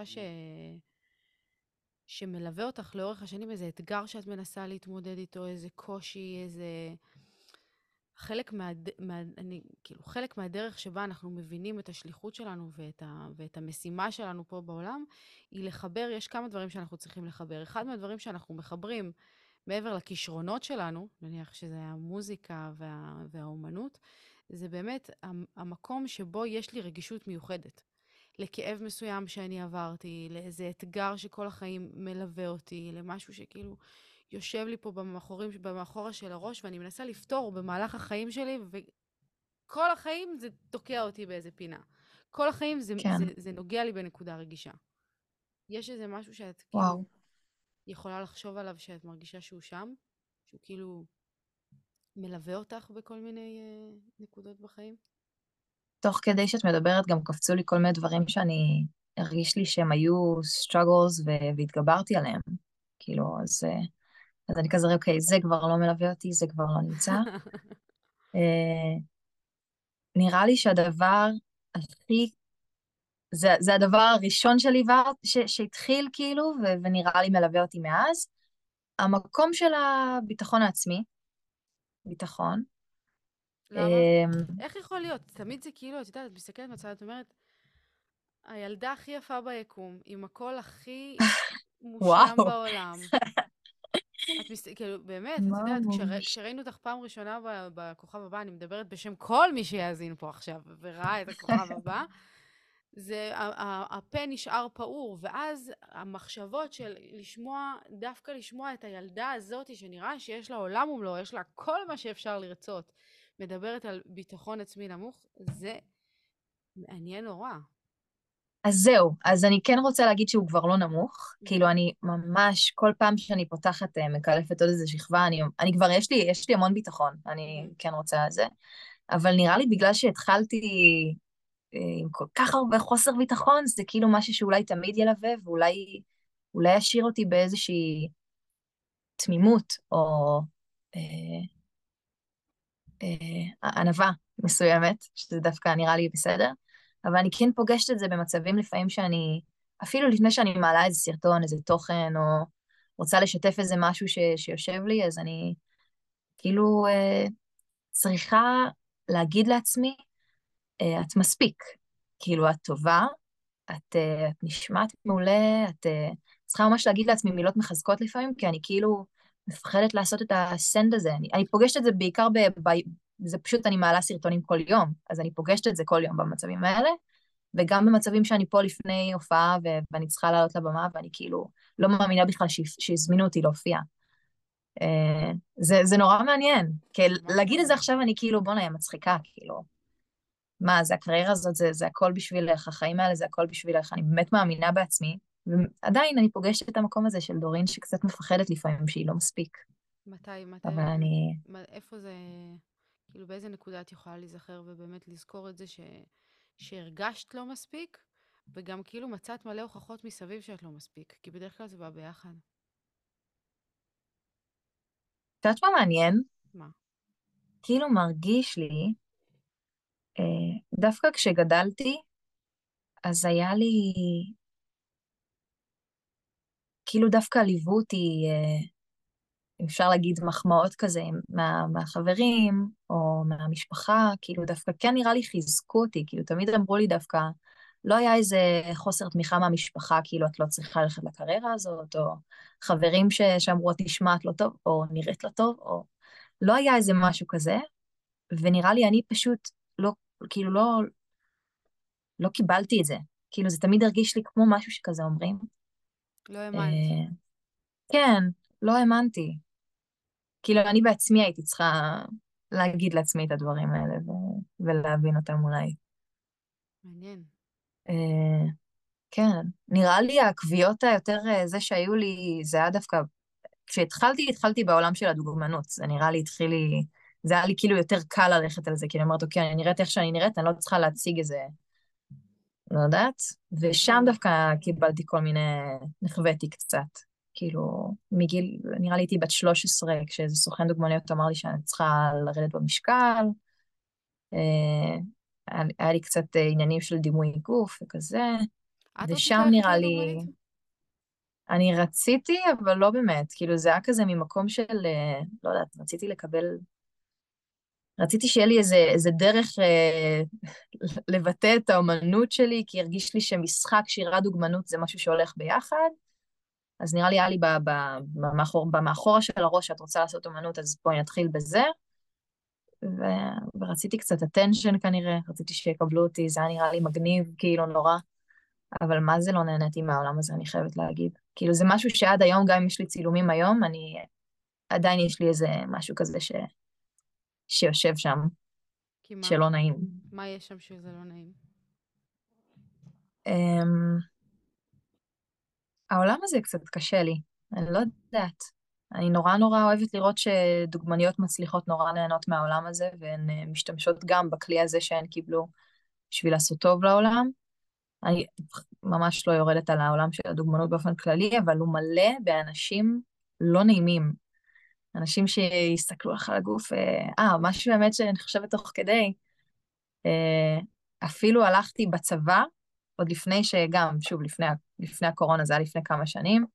שמלווה אותך לאורך השנים, איזה אתגר שאת מנסה להתמודד איתו, איזה קושי, חלק מהדרך שבה אנחנו מבינים את השליחות שלנו ואת המשימה שלנו פה בעולם, היא לחבר, יש כמה דברים שאנחנו צריכים לחבר. אחד מהדברים שאנחנו מחברים, מעבר לכישרונות שלנו, נניח שזה המוזיקה והאומנות, זה באמת המקום שבו יש לי רגישות מיוחדת. לכאב מסוים שאני עברתי, לאיזה אתגר שכל החיים מלווה אותי, למשהו שכאילו יושב לי פה במאחורה של הראש, ואני מנסה לפתור במהלך החיים שלי, וכל החיים זה תוקע אותי באיזה פינה. כל החיים כן, זה נוגע לי בנקודה רגישה. יש איזה משהו שאת וואו. כאילו יכולה לחשוב עליו שאת מרגישה שהוא שם? שהוא כאילו מלווה אותך בכל מיני נקודות בחיים? תוך כדי שאת מדברת גם קפצו לי כל מיני דברים שאני הרגיש לי שהם היו struggles והתגברתי עליהם. כאילו, אז אני כזה, אוקיי, זה כבר לא מלווה אותי, זה כבר לא נמצא. אה, נראה לי שהדבר הכי, זה הדבר הראשון שהתחיל כאילו, ונראה לי מלווה אותי מאז. המקום של הביטחון העצמי, ביטחון. למה? אה, איך יכול להיות? תמיד זה כאילו, את יודעת, את מסתכלת מצד, את אומרת, הילדה הכי יפה ביקום, עם הקול הכי מושלם וואו, בעולם. כאילו, באמת, את יודעת, ממש. כשראינו אותך פעם ראשונה בכוכב הבא, אני מדברת בשם כל מי שיאזין פה עכשיו וראה את הכוכב הבא, הפה נשאר פעור, ואז המחשבות של דווקא לשמוע את הילדה הזאת, שנראה שיש לה עולם ומלואו, יש לה כל מה שאפשר לרצות, מדברת על ביטחון עצמי נמוך, זה מעניין נורא. אז זהו, אז אני כן רוצה להגיד שהוא כבר לא נמוך, כאילו אני ממש, כל פעם שאני פותחת, מקלפת עוד איזה שכבה, אני כבר, יש לי המון ביטחון, אני כן רוצה את זה, אבל נראה לי בגלל שהתחלתי עם כל כך הרבה חוסר ביטחון, זה כאילו משהו שאולי תמיד ילווה, ואולי ישאיר אותי באיזושהי תמימות, או אה, ענווה מסוימת, שזה דווקא נראה לי בסדר, אבל אני כן פוגשת את זה במצבים לפעמים אפילו לפני שאני מעלה איזה סרטון, איזה תוכן, או רוצה לשתף איזה משהו שיושב לי, אז אני כאילו צריכה להגיד לעצמי, את מספיק, כאילו את טובה, את נשמעת מעולה, את צריכה ממש להגיד לעצמי מילות מחזקות לפעמים, כי אני כאילו מפחדת לעשות את הסנד הזה. אני פוגשת את זה בעיקר זה פשוט אני מעלה סרטונים כל יום, אז אני פוגשת את זה כל יום במצבים האלה, וגם במצבים שאני פה לפני הופעה ואני צריכה לעלות לבמה, ואני כאילו לא מאמינה בכלל שהזמינו אותי להופיע. זה נורא מעניין, כי ממש להגיד את זה מעניין. עכשיו אני כאילו, בוא'נה, היא מצחיקה, כאילו. מה, זה הקריירה הזאת, זה הכל בשבילך, החיים האלה זה הכל בשבילך, אני באמת מאמינה בעצמי, ועדיין אני פוגשת את המקום הזה של דורין שקצת מפחדת לפעמים שהיא לא מספיק, אבל אני... איפה זה, כאילו באיזה נקודה את יכולה להיזכר ובאמת לזכור את זה שהרגשת לא מספיק, וגם כאילו מצאת מלא הוכחות מסביב שאת לא מספיק, כי בדרך כלל זה בא ביחד. את יודעת מה מעניין? מה? כאילו מרגיש לי, דווקא כשגדלתי, אז היה לי, כאילו דווקא ליוו אותי, אם אפשר להגיד מחמאות כזה מהחברים או מהמשפחה, כאילו דווקא כן נראה לי חיזקו אותי, כאילו תמיד אמרו לי דווקא, לא היה איזה חוסר תמיכה מהמשפחה, כאילו את לא צריכה ללכת לקריירה הזאת, או חברים שאמרו את נשמעת לא טוב, או נראית לא טוב, או לא היה איזה משהו כזה, ונראה לי אני פשוט לא, כאילו לא קיבלתי את זה, כאילו זה תמיד הרגיש לי כמו משהו שכזה אומרים. לא האמנת. אה, כן, לא האמנתי. כאילו, אני בעצמי הייתי צריכה להגיד לעצמי את הדברים האלה ולהבין אותם אולי. מעניין. אה, כן, נראה לי הקביעות היותר זה שהיו לי, זה היה דווקא, התחלתי בעולם של הדוגמנות, זה נראה לי זה היה לי כאילו יותר קל ללכת על זה, כי אני אומרת, אוקיי, אני נראית איך שאני נראית, אני לא צריכה להציג איזה, לא יודעת, ושם נכון. דווקא קיבלתי כל מיני, נחוויתי קצת. כאילו, נראה לי הייתי בת 13, כשאיזה סוכן דוגמניות אמר לי שאני צריכה לרדת במשקל, אה, היה לי קצת עניינים של דימוי גוף וכזה, את רצית ושם ללכת נראה להיות לי, דוגמנית? אני רציתי, אבל לא באמת, כאילו זה היה כזה ממקום של, לא יודעת, רציתי לקבל רציתי שיהיה לי איזה דרך לבטא את האומנות שלי, כי הרגיש לי שמשחק, שירה, דוגמנות זה משהו שהולך ביחד. אז נראה לי היה לי במאחורה של הראש שאת רוצה לעשות אומנות, אז בואי נתחיל בזה. ורציתי קצת attention כנראה, רציתי שיקבלו אותי, זה היה נראה לי מגניב, כאילו נורא. אבל מה זה לא נהניתי מהעולם הזה, אני חייבת להגיד. כאילו זה משהו שעד היום, גם אם יש לי צילומים היום, עדיין יש לי איזה משהו כזה שיושב שם, כי מה? שלא נעים. מה יש שם שזה לא נעים? אמ, העולם הזה קצת קשה לי, אני לא יודעת. אני נורא נורא אוהבת לראות שדוגמניות מצליחות נורא ליהנות מהעולם הזה, והן משתמשות גם בכלי הזה שהן קיבלו בשביל לעשות טוב לעולם. אני ממש לא יורדת על העולם של הדוגמנות באופן כללי, אבל הוא מלא באנשים לא נעימים. אנשים שיסתכלו לך על הגוף, משהו באמת שאני חושבת תוך כדי. אה, אפילו הלכתי בצבא, עוד לפני שגם, שוב, לפני הקורונה, זה היה לפני כמה שנים,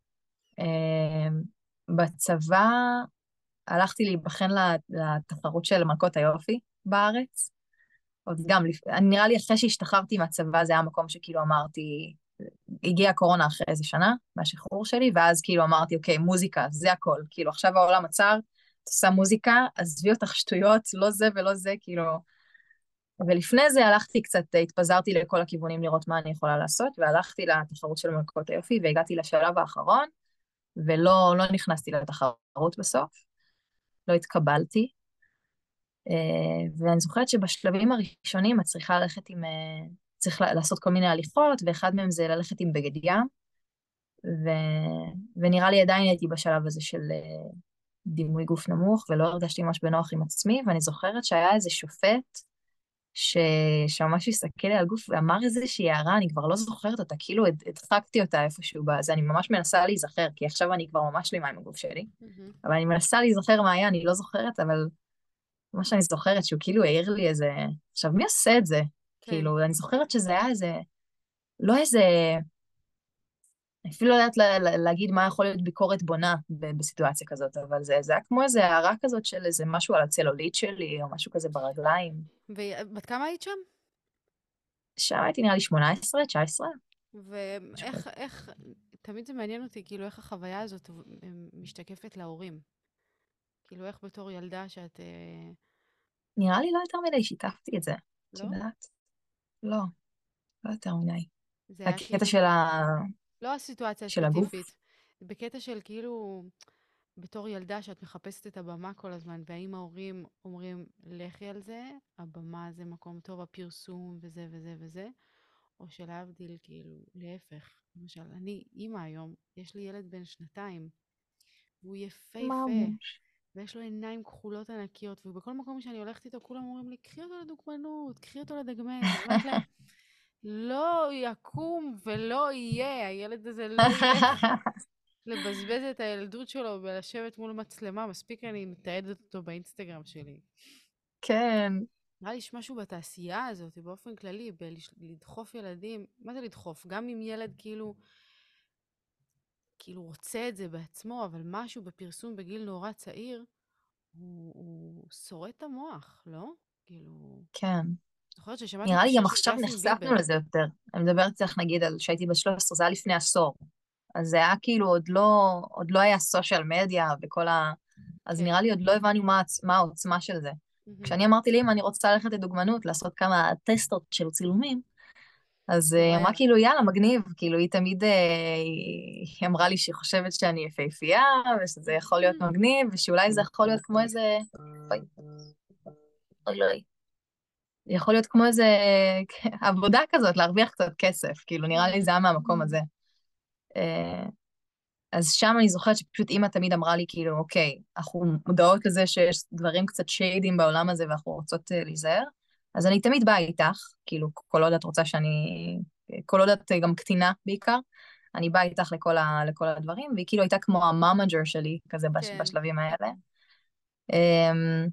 בצבא הלכתי להיבחן לתחרות של מלכות היופי בארץ. עוד גם, נראה לי אחרי שהשתחררתי מהצבא, זה היה מקום שכאילו אמרתי, הגיעה הקורונה אחרי איזה שנה, מהשחרור שלי, ואז כאילו אמרתי, אוקיי, מוזיקה, זה הכל. כאילו, עכשיו העולם עצר, את עושה מוזיקה, עזבי אותך שטויות, לא זה ולא זה, כאילו... ולפני זה הלכתי קצת, התפזרתי לכל הכיוונים לראות מה אני יכולה לעשות, והלכתי לתחרות של מלכות היופי, והגעתי לשלב האחרון, ולא נכנסתי לתחרות בסוף, לא התקבלתי. ואני זוכרת שבשלבים הראשונים את צריכה ללכת עם, צריך לעשות כל מיני הליכות, ואחד מהם זה ללכת עם בגד ים, ו... ונראה לי עדיין הייתי בשלב הזה של דימוי גוף נמוך, ולא הרגשתי ממש בנוח עם עצמי, ואני זוכרת שהיה איזה שופט, שממש הסתכל לי על גוף ואמר איזושהי הערה, אני כבר לא זוכרת אותה, כאילו הדחקתי אותה איפשהו בזה, אני ממש מנסה להיזכר, כי עכשיו אני כבר ממש שלמה עם הגוף שלי, אבל אני מנסה להיזכר מה היה, אני לא זוכרת, אבל מה שאני זוכרת שהוא כאילו העיר לי איזה... עכשיו, מי עושה את זה? כן. כאילו, אני זוכרת שזה היה איזה... לא איזה... אני אפילו לא יודעת להגיד מה יכול להיות ביקורת בונה בסיטואציה כזאת, אבל זה היה כמו איזה הערה כזאת של איזה משהו על הצלולית שלי, או משהו כזה ברגליים. ובת כמה היית שם? שם הייתי נראה לי 18, 19. ואיך, תמיד זה מעניין אותי, כאילו, איך החוויה הזאת משתקפת להורים. כאילו, איך בתור ילדה שאת... נראה לי לא יותר מדי שיתפתי את זה, את לא? יודעת? לא, לא יותר מדי. זה היה הקטע כאילו... לא הסיטואציה של הגוף? הספציפית. בקטע של כאילו, בתור ילדה שאת מחפשת את הבמה כל הזמן, והאם ההורים אומרים, לכי על זה, הבמה זה מקום טוב, הפרסום וזה וזה וזה, או שלהבדיל, כאילו, להפך. למשל, אני אימא היום, יש לי ילד בן 2, והוא יפהפה, ממש. ויש לו עיניים כחולות ענקיות, ובכל מקום שאני הולכת איתו, כולם אומרים לי, קחי אותו לדוגמנות, קחי אותו לדגמן. ואני אומרת להם, לא יקום ולא יהיה, הילד הזה לא ילך לבזבז את הילדות שלו ולשבת מול מצלמה, מספיק אני מתעדת אותו באינסטגרם שלי. כן, נראה לי יש משהו בתעשייה הזאת, באופן כללי, בלדחוף ילדים, מה זה לדחוף? גם אם ילד כאילו רוצה את זה בעצמו, אבל משהו בפרסום בגיל נורא צעיר, הוא שורט את המוח, לא? כאילו... כן. זוכרת ששמעתי את נראה לי השיר גם של עכשיו ג'סטין נחשפנו ביבר. לזה יותר. אני מדברת איתך נגיד על שהייתי בת 13, זה היה לפני עשור. אז זה היה כאילו עוד לא היה סושיאל מדיה וכל ה... אז כן. נראה לי עוד לא הבנו מה העוצמה של זה. מהמם. כשאני אמרתי לאמא, אני רוצה ללכת לדוגמנות, לעשות כמה טסטות של צילומים, אז לא היא אמרה היה. כאילו, יאללה, מגניב. כאילו, היא תמיד, היא אמרה לי שהיא חושבת שאני יפהפייה, ושזה יכול להיות מגניב, ושאולי זה יכול להיות כמו איזה... אוי, אוי, אוי. יכול להיות כמו איזה עבודה כזאת, להרוויח קצת כסף, כאילו, נראה לי זה היה מהמקום הזה. אה, אז שם אני זוכרת שפשוט אימא תמיד אמרה לי, כאילו, אוקיי, אנחנו מודעות לזה שיש דברים קצת שיידים בעולם הזה, ואנחנו רוצות להיזהר, אז אני תמיד באה איתך, כאילו, כל עוד את רוצה כל עוד את גם קטינה בעיקר, אני באה איתך לכל הדברים, והיא כאילו הייתה כמו המאמג'ר שלי, כזה כן. בשלבים האלה. אמ,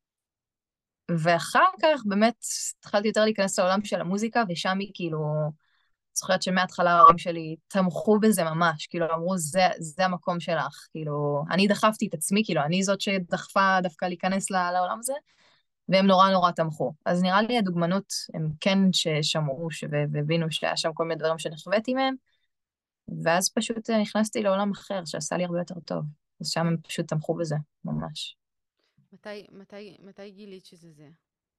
ואחר כך באמת התחלתי יותר להיכנס לעולם של המוזיקה, ושם היא כאילו, זוכרת שמההתחלה ההורים שלי תמכו בזה ממש, כאילו אמרו, זה המקום שלך, כאילו, אני דחפתי את עצמי, כאילו, אני זאת שדחפה דווקא להיכנס לעולם הזה, והם נורא נורא תמכו. אז נראה לי הדוגמנות, הם כן ששמעו והבינו שהיה שם כל מיני דברים שנחוויתי מהם, ואז פשוט נכנסתי לעולם אחר שעשה לי הרבה יותר טוב. אז שם הם פשוט תמכו בזה, ממש. מתי גילית שזה זה?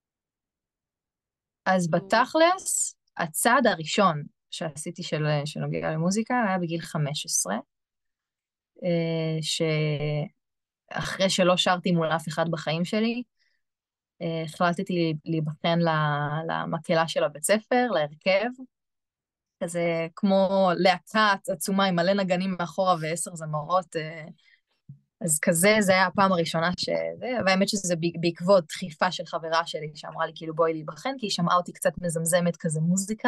אז כאילו, בתכלס, הצעד הראשון שעשיתי שנוגע למוזיקה היה בגיל 15, שאחרי שלא שרתי מול אף אחד בחיים שלי, החלטתי להיבחן למקהלה של הבית ספר, להרכב, כזה כמו להקת עצומה עם מלא נגנים מאחורה ו10 זמרות, אז כזה, זה היה הפעם הראשונה שזה, והאמת שזה בעקבות דחיפה של חברה שלי, שאמרה לי כאילו בואי להיבחן, כי היא שמעה אותי קצת מזמזמת כזה מוזיקה.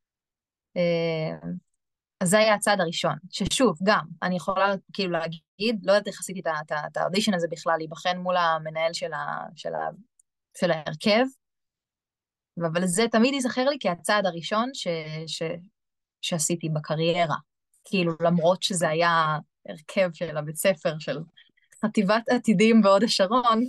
אז זה היה הצעד הראשון, ששוב, גם, אני יכולה כאילו להגיד, לא יודעת איך עשיתי את האודישן הזה בכלל, להיבחן מול המנהל של ההרכב, אבל זה תמיד ייזכר לי כהצעד הראשון שעשיתי בקריירה. כאילו, למרות שזה היה הרכב של הבית ספר, של חטיבת עתידים בהוד השרון,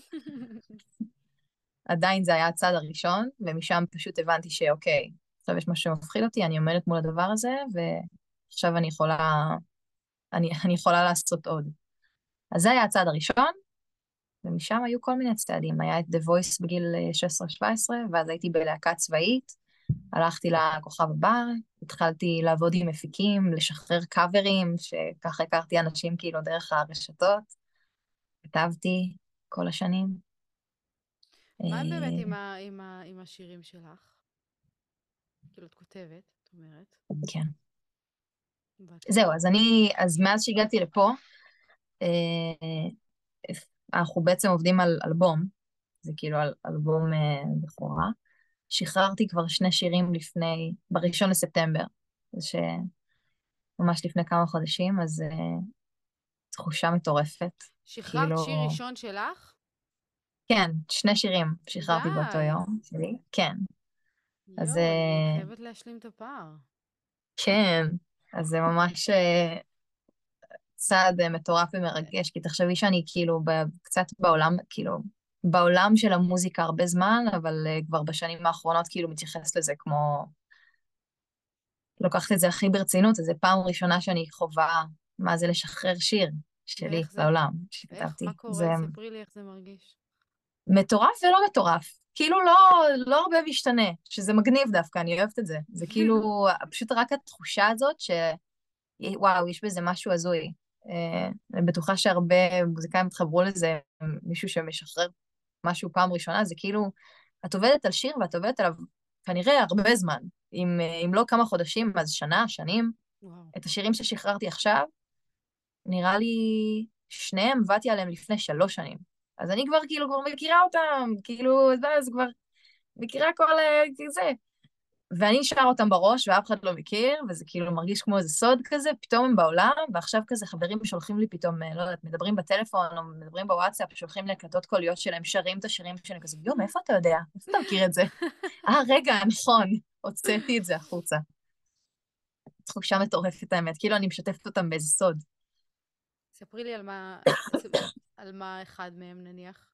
עדיין זה היה הצעד הראשון, ומשם פשוט הבנתי שאוקיי, עכשיו יש משהו שמפחיד אותי, אני עומדת מול הדבר הזה, ועכשיו אני יכולה לעשות עוד. אז זה היה הצעד הראשון, ומשם היו כל מיני צעדים. היה את The Voice בגיל 16-17, ואז הייתי בלהקה צבאית, הלכתי לכוכב הבר, התחלתי לעבוד עם מפיקים, לשחרר קאברים, שככה הכרתי אנשים כאילו דרך הרשתות, כתבתי כל השנים. מה באמת עם השירים שלך? כאילו, את כותבת, את אומרת. כן. זהו, אז מאז שהגעתי לפה, אנחנו בעצם עובדים על אלבום, זה כאילו אלבום בכורה. שחררתי כבר 2 שירים ב1 לספטמבר, זה שממש לפני כמה חודשים, אז תחושה מטורפת. שחררת כאילו, שיר ראשון שלך? כן, 2 שירים שחררתי באותו די. יום שלי, כן. אז יואו, אני חייבת להשלים את הפער. כן, אז זה ממש צעד מטורף ומרגש, כי תחשבי שאני כאילו קצת בעולם, כאילו, בעולם של המוזיקה הרבה זמן, אבל כבר בשנים האחרונות כאילו מתייחס לזה כמו, לוקחת את זה הכי ברצינות, אז זו פעם ראשונה שאני חווה מה זה לשחרר שיר שלי ואיך זה? לעולם, איך? מה שכתבתי. זה קורה? ספרי לי איך זה מרגיש. מטורף ולא מטורף. כאילו לא הרבה משתנה, שזה מגניב דווקא, אני אוהבת את זה. זה כאילו, פשוט רק התחושה הזאת וואו, יש בזה משהו הזוי. אני בטוחה שהרבה מוזיקאים התחברו לזה, מישהו שמשחרר משהו פעם ראשונה, זה כאילו, את עובדת על שיר ואת עובדת עליו כנראה הרבה זמן. אם לא כמה חודשים, אז שנה, שנים. וואו. את השירים ששחררתי עכשיו, נראה לי שניהם עבדתי עליהם לפני 3 שנים. אז אני כבר כאילו כבר מכירה אותם, כאילו, אז כבר מכירה כל זה. ואני שר אותם בראש, ואף אחד לא מכיר, וזה כאילו מרגיש כמו איזה סוד כזה, פתאום הם בעולם, ועכשיו כזה חברים שולחים לי פתאום, לא יודעת, מדברים בטלפון, או מדברים בוואטסאפ, שולחים לי הקלטות קוליות שלהם, שרים את השירים שאני כזה, יום, איפה אתה יודע? איפה אתה מכיר את זה? רגע, נכון, הוצאתי את זה החוצה. תחושה מטורפת האמת, כאילו אני משתפת אותם באיזה סוד. ספרי לי על מה אחד מהם נניח.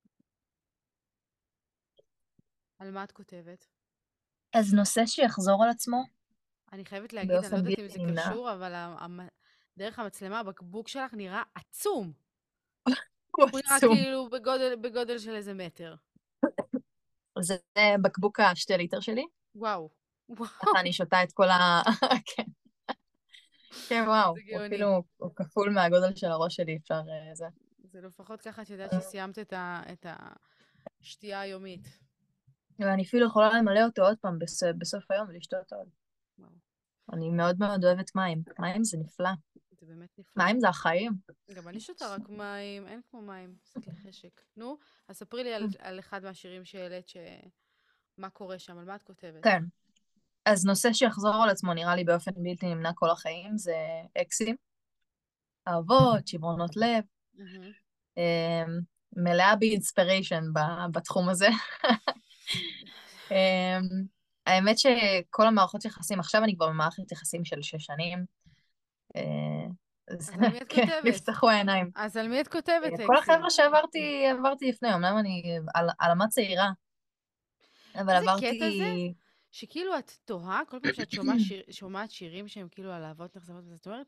על מה את כותבת? אז נושא שיחזור על עצמו, אני חייבת להגיד, אני לא באופן יודעת אם בלתי זה נמנע. קשור, אבל דרך המצלמה, הבקבוק שלך נראה עצום. הוא הוא נראה עצום. כאילו בגודל של איזה מטר. זה בקבוק ה2 ליטר שלי, וואו. ככה אני שותה את כל כן. כן, וואו, זה הוא גאוני. אפילו, הוא כפול מהגודל של הראש שלי, אפשר זה. זה לפחות ככה את יודעת שסיימת את השתייה היומית. ואני אפילו יכולה למלא אותו עוד פעם בסוף היום ולשתות עוד. וואו. אני מאוד מאוד אוהבת מים. מים זה נפלא. זה באמת נפלא. מים זה החיים. גם אני שותה רק מים, אין כמו מים, עשית לי חשק. נו, אז ספרי לי על אחד מהשירים שהעלית, מה קורה שם, על מה את כותבת? כן. אז נושא שיחזור על עצמו, נראה לי באופן בלתי נמנע כל החיים, זה אקסים. אהבות, שברונות לב. מלאה באינספיריישן בתחום הזה. האמת שכל המערכות יחסים, עכשיו אני כבר במערכת יחסים של 6 שנים. אז על מי את כן, כותבת? נפתחו העיניים. אז על מי את כותבת, כל אקסים? החבר'ה שעברתי לפני, אמנם אני על עלמה צעירה, אבל איזה קטע זה, עברתי... שכאילו את תוהה, כל פעם שאת שומעת שירים שהם כאילו על אהבות נכזבות, אז את אומרת,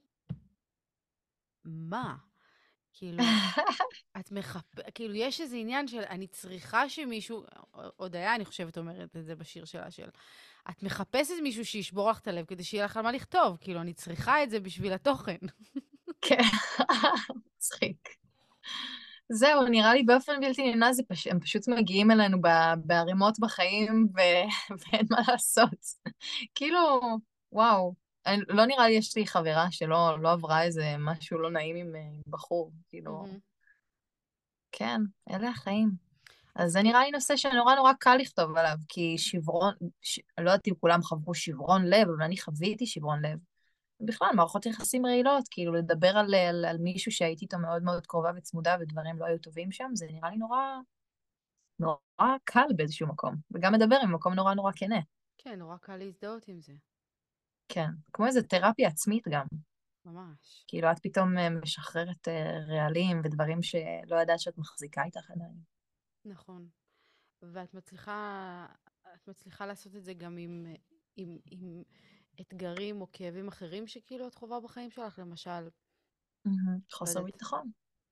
מה? כאילו, כאילו, יש איזה עניין של, אני צריכה שמישהו, עוד היה, אני חושבת, אומרת את זה בשיר שלה, של, את מחפשת מישהו שישבור לך את הלב כדי שיהיה לך על מה לכתוב, כאילו, אני צריכה את זה בשביל התוכן. כן, מצחיק. זהו, נראה לי באופן בלתי נמנע, הם פשוט מגיעים אלינו בערימות בחיים, ואין מה לעשות. כאילו, וואו, לא נראה לי יש לי חברה שלא לא עברה איזה משהו לא נעים עם בחור, כאילו, מהמם. כן, אלה החיים. אז אז זה נראה לי נושא שנורא נורא קל לכתוב עליו, כי שברון, לא יודעת אם כולם חוו שברון לב, אבל אני חוויתי שברון לב. בכלל, מערכות יחסים רעילות, כאילו לדבר על מישהו שהייתי איתו מאוד מאוד קרובה וצמודה ודברים לא היו טובים שם, זה נראה לי נורא קל באיזשהו מקום, וגם מדבר עם מקום נורא נורא כנה. כן, נורא קל להזדהות עם זה, כן, כמו איזו תרפיה עצמית גם. ממש. כאילו, את פתאום משחררת רעלים ודברים שלא ידעת שאת מחזיקה איתך עדיין. נכון. ואת מצליחה לעשות את זה גם עם אתגרים או כאבים אחרים שכאילו את חובה בחיים שלך, למשל, לא חוסר יודעת, ביטחון.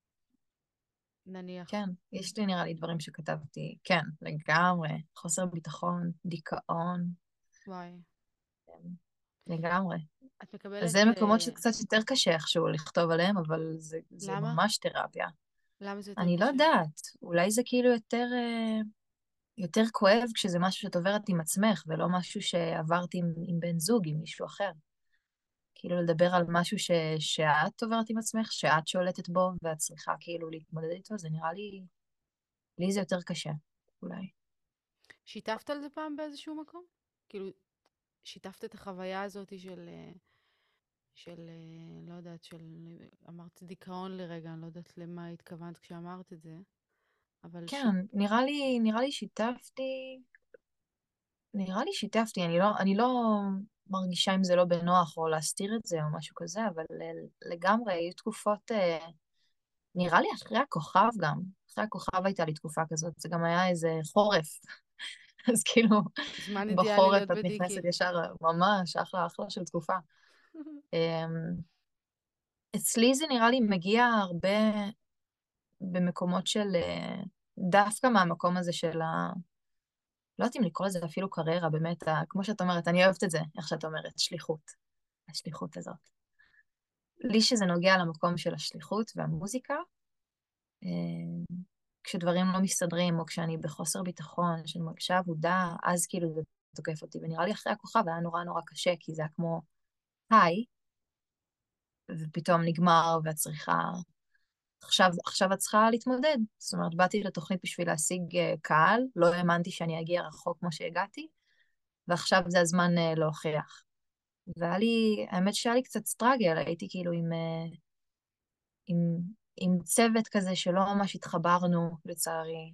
נניח, כן, יש לי נראה לי דברים שכתבתי, כן, לגמרי. חוסר ביטחון, דיכאון, וואי, כן, לגמרי. את אז זה מקבלת, מקומות שקצת יותר קשה איכשהו לכתוב עליהם, אבל זה למה? ממש תרפיה. למה זה יותר אני לא קשה? יודעת, אולי זה כאילו יותר כואב כשזה משהו שאת עוברת עם עצמך, ולא משהו שעברת עם בן זוג, עם מישהו אחר. כאילו לדבר על משהו שאת עוברת עם עצמך, שאת שולטת בו, ואת צריכה כאילו להתמודד איתו, זה נראה לי זה יותר קשה, אולי. שיתפת על זה פעם באיזשהו מקום? כאילו, שיתפת את החוויה הזאת לא יודעת, אמרת דיכאון לרגע, אני לא יודעת למה התכוונת כשאמרת את זה, אבל כן, נראה לי שיתפתי, אני לא מרגישה אם זה לא בנוח או להסתיר את זה או משהו כזה, אבל לגמרי היו תקופות, נראה לי אחרי הכוכב גם, אחרי הכוכב הייתה לי תקופה כזאת, זה גם היה איזה חורף, אז כאילו, זמן אידיאלי בחורף להיות את נכנסת בדיקי. ישר, ממש אחלה, אחלה של תקופה. אמ, אצלי זה נראה לי מגיע הרבה במקומות של, דווקא מהמקום הזה של לא יודעת אם לקרוא לזה אפילו קריירה, באמת, כמו שאת אומרת, אני אוהבת את זה, איך שאת אומרת, שליחות, השליחות הזאת. לי שזה נוגע למקום של השליחות והמוזיקה, אה, כשדברים לא מסתדרים, או כשאני בחוסר ביטחון, כשאני מרגישה עבודה, אז כאילו זה תוקף אותי. ונראה לי אחרי הכוכב היה נורא נורא קשה, כי זה היה כמו, היי, ופתאום נגמר, ואת צריכה, עכשיו את צריכה להתמודד. זאת אומרת, באתי לתוכנית בשביל להשיג קהל, לא האמנתי שאני אגיע רחוק כמו שהגעתי, ועכשיו זה הזמן להוכיח. והיה לי, האמת שהיה לי קצת סטרגל, הייתי כאילו עם, עם צוות כזה שלא ממש התחברנו, לצערי,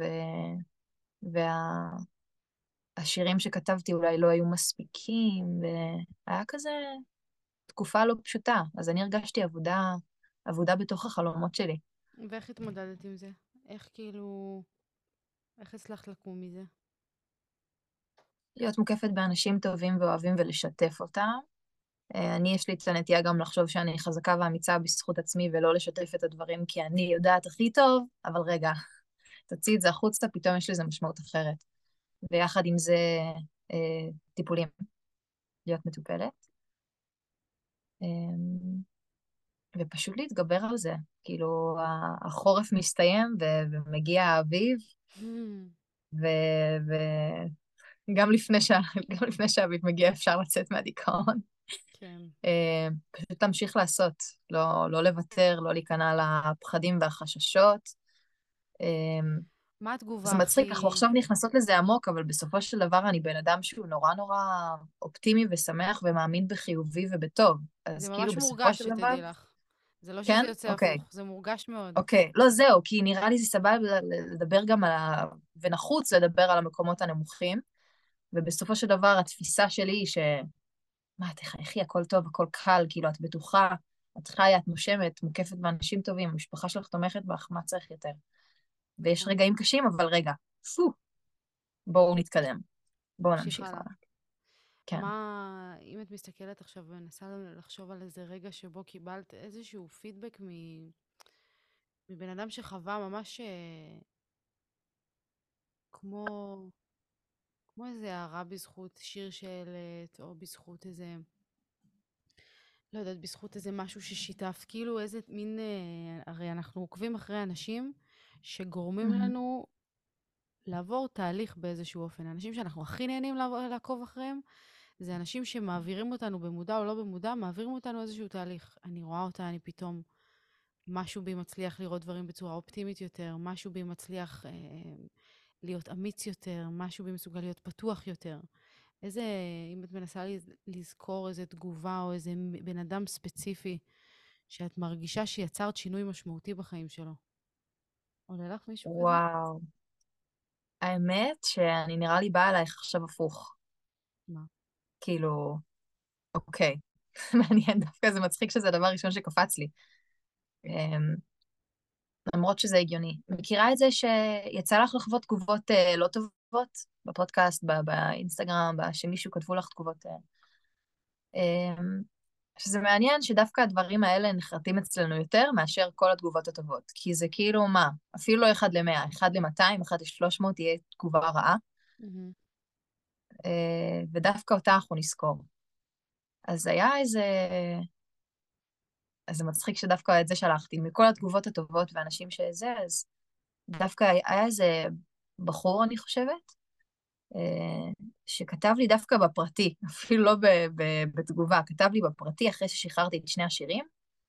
והשירים שכתבתי אולי לא היו מספיקים, והיה כזה תקופה לא פשוטה, אז אני הרגשתי עבודה בתוך החלומות שלי. ואיך התמודדת עם זה? איך כאילו, איך הצלחת לקום מזה? להיות מוקפת באנשים טובים ואוהבים ולשתף אותם. אני, יש לי את הנטייה גם לחשוב שאני חזקה ואמיצה בזכות עצמי ולא לשתף את הדברים כי אני יודעת הכי טוב, אבל רגע, תוציא את זה החוצה, פתאום יש לזה משמעות אחרת. ויחד עם זה, טיפולים, להיות מטופלת. אה, ופשוט להתגבר על זה. כאילו, החורף מסתיים ומגיע האביב, וגם גם לפני שהאביב מגיע אפשר לצאת מהדיכאון. כן. פשוט להמשיך לעשות, לא לוותר, לא להיכנע לפחדים והחששות. מה זה התגובה מצחיק, אנחנו הכי... עכשיו נכנסות לזה עמוק, אבל בסופו של דבר אני בן אדם שהוא נורא נורא אופטימי ושמח ומאמין בחיובי ובטוב. זה אז כאילו ממש בסופו של מורגש, דבר, שתדעי לך. זה לא כן? שזה יוצא אוקיי. הפוך, זה מורגש מאוד. אוקיי, לא זהו, כי נראה לי זה סבבה לדבר גם ונחוץ לדבר על המקומות הנמוכים, ובסופו של דבר התפיסה שלי היא מה, תחייכי, הכל טוב, הכל קל, כאילו, את בטוחה, את חיה, את נושמת, מוקפת באנשים טובים, המשפחה שלך תומכת בך, מה צריך יותר? ויש נכון. רגעים קשים, אבל רגע, פו, בואו נתקדם. בואו נמשיך נמשיך הלאה. הלאה. כן. מה, אם את מסתכלת עכשיו ומנסה לחשוב על איזה רגע שבו קיבלת איזשהו פידבק מבן אדם שחווה ממש כמו, כמו איזה הערה בזכות שיר שהעלית, או בזכות איזה, לא יודעת, בזכות איזה משהו ששיתף, כאילו איזה מין, הרי אנחנו עוקבים אחרי אנשים שגורמים מהמם. לנו לעבור תהליך באיזשהו אופן. האנשים שאנחנו הכי נהנים לעקוב אחריהם, זה אנשים שמעבירים אותנו במודע או לא במודע, מעבירים אותנו איזשהו תהליך. אני רואה אותה, אני פתאום, משהו בי מצליח לראות דברים בצורה אופטימית יותר, משהו בי מצליח להיות אמיץ יותר, משהו בי מסוגל להיות פתוח יותר. איזה, אם את מנסה לזכור איזה תגובה או איזה בן אדם ספציפי שאת מרגישה שיצרת שינוי משמעותי בחיים שלו. עולה לך מישהו כזה? וואו. האמת שאני נראה לי באה אלייך עכשיו הפוך. מה? כאילו, אוקיי. מעניין, דווקא זה מצחיק שזה הדבר הראשון שקפץ לי. אמ, למרות שזה הגיוני. מכירה את זה שיצא לך לחוות תגובות לא טובות בפודקאסט, באינסטגרם, שמישהו כתבו לך תגובות. אמ, שזה מעניין שדווקא הדברים האלה נחרטים אצלנו יותר מאשר כל התגובות הטובות. כי זה כאילו מה? אפילו לא 1 ל-100, 1 ל-200, 1 ל-300 תהיה תגובה רעה, מהמם. ודווקא אותה אנחנו נזכור. אז היה איזה... אז זה מצחיק שדווקא את זה שלחתי. מכל התגובות הטובות ואנשים שזה, אז דווקא היה איזה בחור, אני חושבת, שכתב לי דווקא בפרטי, אפילו לא בתגובה, כתב לי בפרטי אחרי ששחררתי את שני השירים.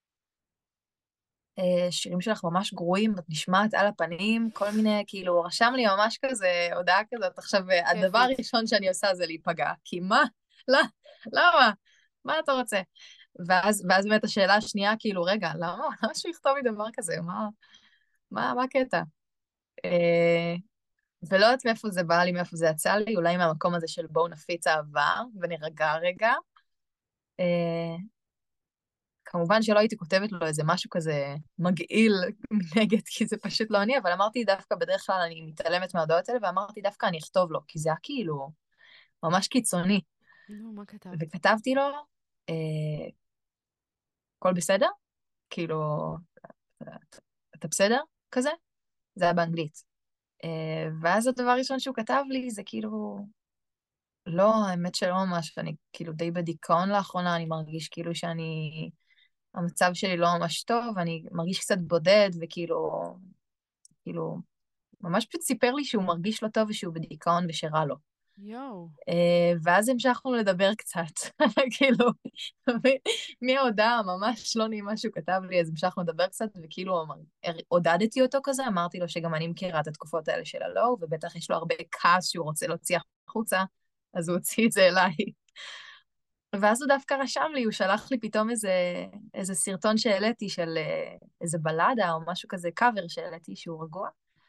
שירים שלך ממש גרועים, את נשמעת על הפנים, כל מיני, כאילו, רשם לי ממש כזה, הודעה כזאת. עכשיו, הדבר כיפית. הראשון שאני עושה זה להיפגע, כי מה? לא, למה? מה אתה רוצה? ואז באמת השאלה השנייה, כאילו, רגע, למה שהוא יכתוב לי דבר כזה? מה הקטע? אה, ולא יודעת מאיפה זה בא לי, מאיפה זה יצא לי, אולי מהמקום הזה של בואו נפיץ אהבה ונירגע רגע. אה, כמובן שלא הייתי כותבת לו איזה משהו כזה מגעיל מנגד, כי זה פשוט לא אני, אבל אמרתי דווקא, בדרך כלל אני מתעלמת מההודעות האלה, ואמרתי דווקא אני אכתוב לו, כי זה היה כאילו ממש קיצוני. נו, מה כתבת? וכתבתי לו, אה, הכל בסדר? כאילו, אתה בסדר? כזה? זה היה באנגלית. ואז הדבר הראשון שהוא כתב לי זה כאילו, לא, האמת שלא ממש, אני כאילו די בדיכאון לאחרונה, אני מרגיש כאילו המצב שלי לא ממש טוב, אני מרגיש קצת בודד, כאילו, ממש פשוט סיפר לי שהוא מרגיש לא טוב ושהוא בדיכאון ושרע לו. יואו. ואז המשכנו לדבר קצת, כאילו, מההודעה ממש לא נעימה שהוא כתב לי, אז המשכנו לדבר קצת, וכאילו עודדתי אותו כזה, אמרתי לו שגם אני מכירה את התקופות האלה של הלואו, ובטח יש לו הרבה כעס שהוא רוצה להוציא החוצה, אז הוא הוציא את זה אליי. ואז הוא דווקא רשם לי, הוא שלח לי פתאום איזה סרטון שהעליתי של איזה בלדה או משהו כזה, קאבר שהעליתי שהוא רגוע.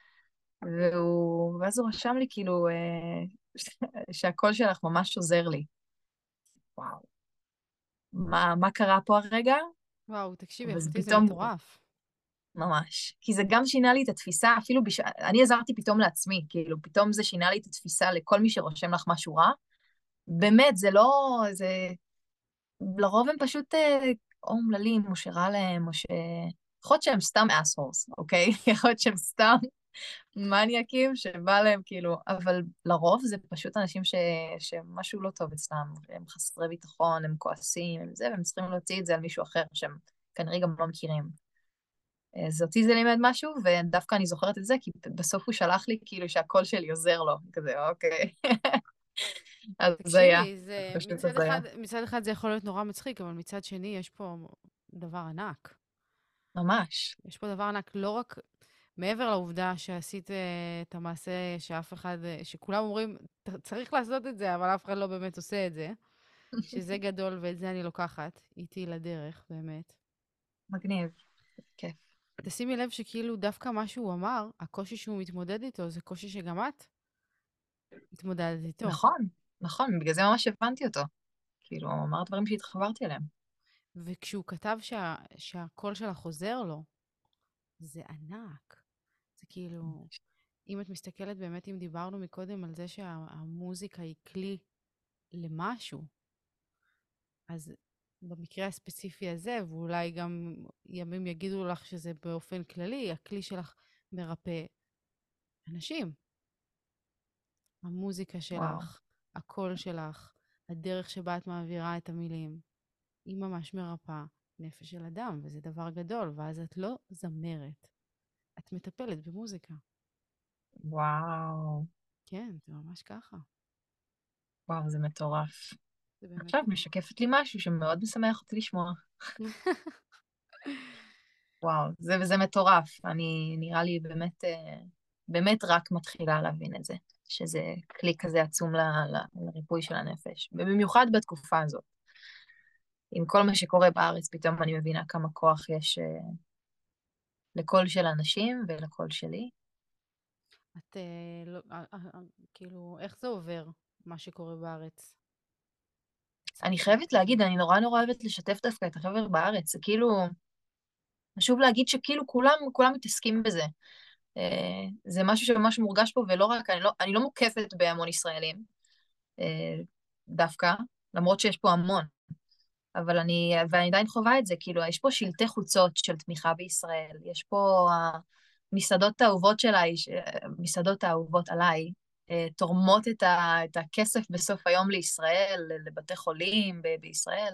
ואז הוא רשם לי כאילו שהקול שלך ממש עוזר לי. וואו, מה קרה פה הרגע? וואו, תקשיבי, וזה אחותי, זה פתאום, מטורף. ממש. כי זה גם שינה לי את התפיסה, אפילו אני עזרתי פתאום לעצמי, כאילו, פתאום זה שינה לי את התפיסה לכל מי שרושם לך משהו רע. באמת, זה לא, זה... לרוב הם פשוט או אומללים, או שרע להם, או ש... יכול להיות שהם סתם assholes, אוקיי? יכול להיות שהם סתם מניאקים שבא להם כאילו, אבל לרוב זה פשוט אנשים שמשהו לא טוב אצלם, הם חסרי ביטחון, הם כועסים, הם זה, והם צריכים להוציא את זה על מישהו אחר שהם כנראה גם לא מכירים. אז אותי זה לימד משהו, ודווקא אני זוכרת את זה, כי בסוף הוא שלח לי כאילו שהקול שלי עוזר לו, כזה, אוקיי. אז זה היה, תקשיבי, זה פשוט זה היה. מצד אחד זה יכול להיות נורא מצחיק, אבל מצד שני יש פה דבר ענק. ממש. יש פה דבר ענק, לא רק מעבר לעובדה שעשית את המעשה שאף אחד, שכולם אומרים, צריך לעשות את זה, אבל אף אחד לא באמת עושה את זה, שזה גדול ואת זה אני לוקחת איתי לדרך, באמת. מגניב, כיף. תשימי לב שכאילו דווקא מה שהוא אמר, הקושי שהוא מתמודד איתו, זה קושי שגם את מתמודדת איתו. נכון, נכון, בגלל זה ממש הבנתי אותו. כאילו, הוא אמר דברים שהתחברתי אליהם. וכשהוא כתב שהקול שלך עוזר לו, זה ענק. זה כאילו, אם את מסתכלת באמת, אם דיברנו מקודם על זה שהמוזיקה היא כלי למשהו, אז במקרה הספציפי הזה, ואולי גם ימים יגידו לך שזה באופן כללי, הכלי שלך מרפא אנשים. המוזיקה וואו, שלך, הקול שלך, הדרך שבה את מעבירה את המילים, היא ממש מרפאה נפש של אדם, וזה דבר גדול, ואז את לא זמרת, את מטפלת במוזיקה. וואו, כן, זה ממש ככה. וואו, זה מטורף. זה באמת עכשיו משקפת לי משהו שמאוד משמח אותי לשמוע. וואו, וזה מטורף. אני נראה לי באמת, באמת רק מתחילה להבין את זה, שזה כלי כזה עצום לריפוי של הנפש, ובמיוחד בתקופה הזאת. עם כל מה שקורה בארץ, פתאום אני מבינה כמה כוח יש לקול של אנשים ולקול שלי. את, לא, כאילו, איך זה עובר, מה שקורה בארץ? אני תספרי לי חייבת קצת. להגיד, אני נורא נורא אוהבת לשתף דווקא את החבר'ה בארץ. זה כאילו, חשוב להגיד שכאילו כולם מתעסקים בזה. זה משהו שממש מורגש פה, ולא רק, אני לא מוקפת בהמון ישראלים, אה, דווקא, למרות שיש פה המון. אבל ואני עדיין חווה את זה, כאילו, יש פה שלטי חוצות של תמיכה בישראל, יש פה המסעדות האהובות שלה, מסעדות האהובות עליי, תורמות את הכסף בסוף היום לישראל, לבתי חולים בישראל.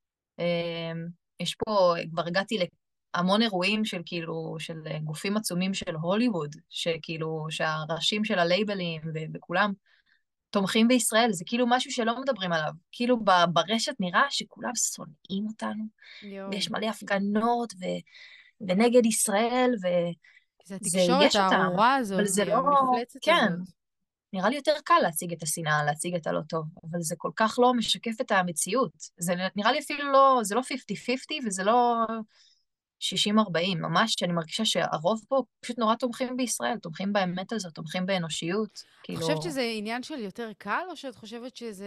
יש פה, כבר הגעתי להמון אירועים של כאילו, של גופים עצומים של הוליווד, שכאילו, שהראשים של הלייבלים וכולם תומכים בישראל, זה כאילו משהו שלא מדברים עליו. כאילו ברשת נראה שכולם שונאים אותנו, יואו. ויש מלא הפגנות ונגד ישראל, זה וזה, התקשורת יש אותם, הארורה אבל הזאת, זה לא, המפלצת כן, הזאת. נראה לי יותר קל להציג את השנאה, להציג את הלא טוב, אבל זה כל כך לא משקף את המציאות. זה נראה לי אפילו לא, זה לא 50-50 וזה לא 60-40, ממש שאני מרגישה שהרוב פה פשוט נורא תומכים בישראל, תומכים באמת הזאת, תומכים באנושיות, את חושבת כאילו, שזה עניין של יותר קל, או שאת חושבת שזה...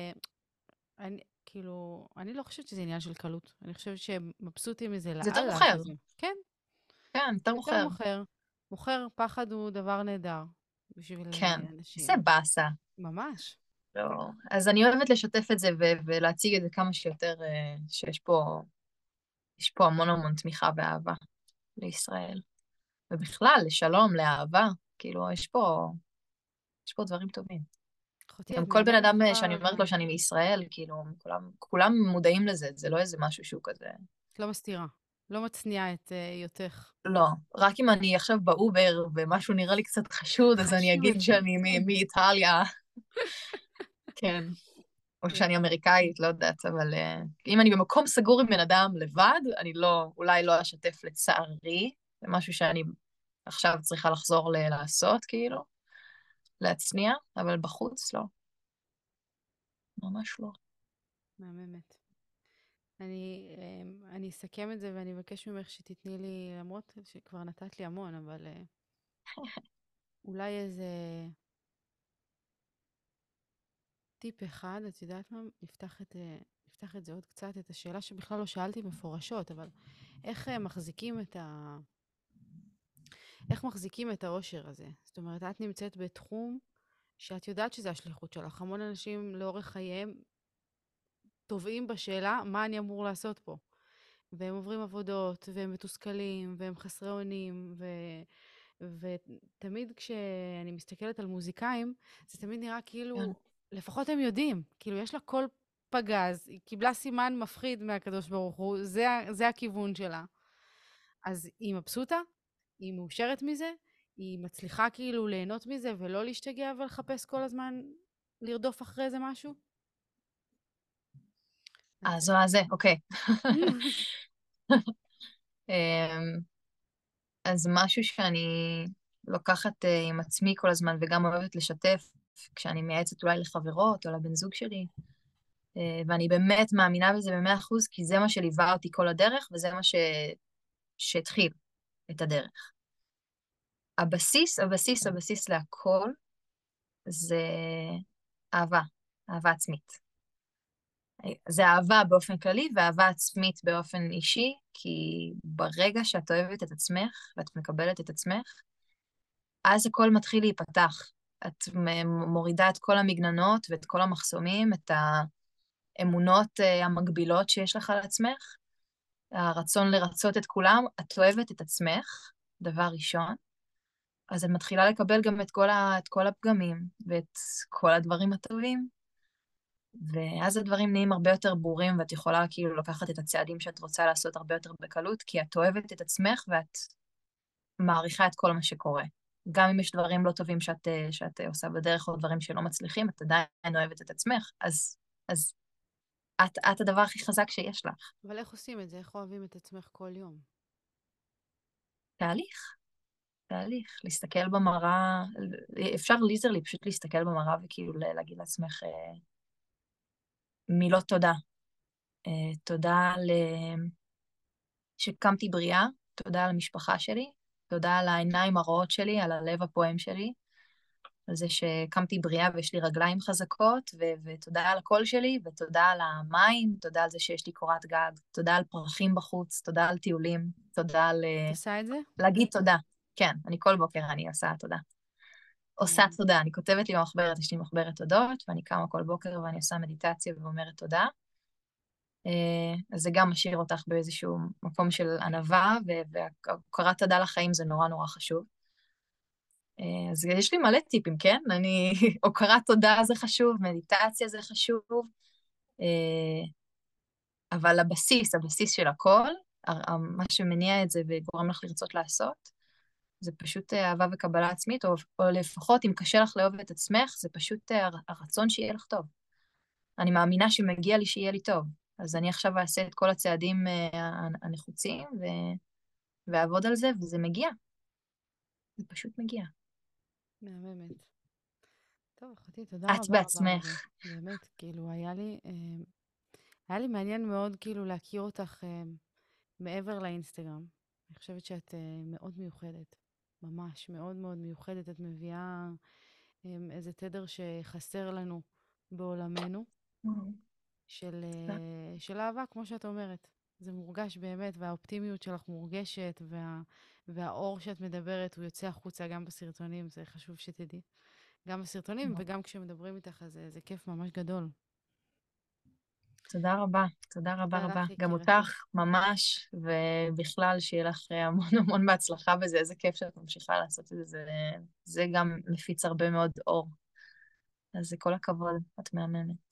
כאילו, אני לא חושבת שזה עניין של קלות. אני חושבת שהם מבסוטים מזה זה יותר לאללה, מוכר, שזה... כן, כן, יותר יותר מוכר, מוכר. מוכר, פחד הוא דבר נהדר בשביל כן, זה אנשים. באסה. ממש. לא. אז אני אוהבת לשתף את זה ולהציג את זה כמה שיותר, שיש פה, יש פה המון המון תמיכה ואהבה לישראל. ובכלל, לשלום, לאהבה, כאילו, יש פה דברים טובים. אחותי, גם את כל בן מהממת אדם מלא שאני אומרת אהבה. לו שאני מישראל, כאילו, כולם מודעים לזה, זה לא איזה משהו שהוא כזה... את לא מסתירה. לא מצניעה את היותך. לא, רק אם אני עכשיו באובר ומשהו נראה לי קצת חשוד, אז אני חשוד. אגיד שאני מאיטליה, כן. או שאני אמריקאית, לא יודעת, אבל אם אני במקום סגור עם בן אדם לבד, אני לא, אולי לא אשתף לצערי, זה משהו שאני עכשיו צריכה לחזור לעשות, כאילו, להצניע, אבל בחוץ לא, ממש לא. מהממת. אני אסכם את זה ואני אבקש ממך שתתני לי, למרות שכבר נתת לי המון, אבל אולי איזה טיפ אחד, את יודעת מה? נפתח את זה עוד קצת, את השאלה שבכלל לא שאלתי מפורשות, אבל איך איך מחזיקים את האושר הזה? זאת אומרת, את נמצאת בתחום שאת יודעת שזה השליחות שלך. המון אנשים לאורך חייהם טובעים בשאלה, מה אני אמור לעשות פה? והם עוברים עבודות, והם מתוסכלים, והם חסרי אונים, ותמיד כשאני מסתכלת על מוזיקאים, זה תמיד נראה כן. כאילו, לפחות הם יודעים, כאילו יש לה קול פגז, היא קיבלה סימן מפחיד מהקדוש ברוך הוא, זה הכיוון שלה. אז היא מבסוטה, היא מאושרת מזה, היא מצליחה כאילו ליהנות מזה ולא להשתגע ולחפש כל הזמן לרדוף אחרי איזה משהו. את... זו הזה, אוקיי. אמ, אז משהו שאני לוקחת עם עצמי כל הזמן, וגם אוהבת לשתף, כשאני מייעצת אולי לחברות או לבן זוג שלי, ואני באמת מאמינה בזה ב100%, כי זה מה שליווה אותי כל הדרך, וזה מה שהתחיל את הדרך. הבסיס להכל זה אהבה, אהבה עצמית. זה אהבה באופן כללי ואהבה עצמית באופן אישי, כי ברגע שאת אוהבת את עצמך ואת מקבלת את עצמך, אז הכל מתחיל להיפתח. את מורידה את כל המגננות ואת כל המחסומים, את האמונות המגבילות שיש לך על עצמך, הרצון לרצות את כולם, את אוהבת את עצמך, דבר ראשון, אז את מתחילה לקבל גם את כל הפגמים ואת כל הדברים הטובים, ואז הדברים נהיים הרבה יותר ברורים, ואת יכולה כאילו לקחת את הצעדים שאת רוצה לעשות הרבה יותר בקלות, כי את אוהבת את עצמך ואת מעריכה את כל מה שקורה. גם אם יש דברים לא טובים שאת עושה בדרך, או דברים שלא מצליחים, את עדיין אוהבת את עצמך, אז את הדבר הכי חזק שיש לך. אבל איך עושים את זה? איך אוהבים את עצמך כל יום? תהליך, תהליך, להסתכל במראה, אפשר ליזרלי פשוט להסתכל במראה וכאילו להגיד לעצמך מילות תודה. תודה שקמתי בריאה, תודה על המשפחה שלי, תודה על העיניים הרעות שלי, על הלב הפועם שלי, על זה שקמתי בריאה ויש לי רגליים חזקות, ותודה על הקול שלי, ותודה על המים, תודה על זה שיש לי קורת גג, תודה על פרחים בחוץ, תודה על טיולים, תודה על את עושה את זה? להגיד תודה. כן, כל בוקר אני עושה תודה. עושה כן. תודה, אני כותבת לי במחברת, יש לי מחברת תודות, ואני קמה כל בוקר ואני עושה מדיטציה ואומרת תודה. אז זה גם משאיר אותך באיזשהו מקום של ענווה, והוקרת תודה לחיים זה נורא נורא חשוב. אז יש לי מלא טיפים, כן? הוקרת תודה זה חשוב, מדיטציה זה חשוב, אבל הבסיס של הכל, מה שמניע את זה וגורם לך לרצות לעשות, זה פשוט אהבה וקבלה עצמית, או לפחות אם קשה לך לאהוב את עצמך, זה פשוט הרצון שיהיה לך טוב. אני מאמינה שמגיע לי שיהיה לי טוב, אז אני עכשיו אעשה את כל הצעדים הנחוצים, ואעבוד על זה, וזה מגיע. זה פשוט מגיע. מהממת. טוב, אחותי, תודה את רבה רבה על זה. בעצמך. באמת, כאילו, היה לי מעניין מאוד כאילו להכיר אותך מעבר לאינסטגרם. אני חושבת שאת מאוד מיוחדת. ממש, מאוד מאוד מיוחדת. את מביאה איזה תדר שחסר לנו בעולמנו, של אהבה, כמו שאת אומרת. זה מורגש באמת, והאופטימיות שלך מורגשת, והאור שאת מדברת, הוא יוצא החוצה גם בסרטונים, זה חשוב שתדעי. גם בסרטונים וגם כשמדברים איתך, אז זה כיף ממש גדול. תודה רבה, תודה רבה תודה רבה. לך, גם יקירתי. אותך, ממש, ובכלל, שיהיה לך המון המון בהצלחה בזה, איזה כיף שאת ממשיכה לעשות את זה, זה גם מפיץ הרבה מאוד אור. אז כל הכבוד, את מהממת.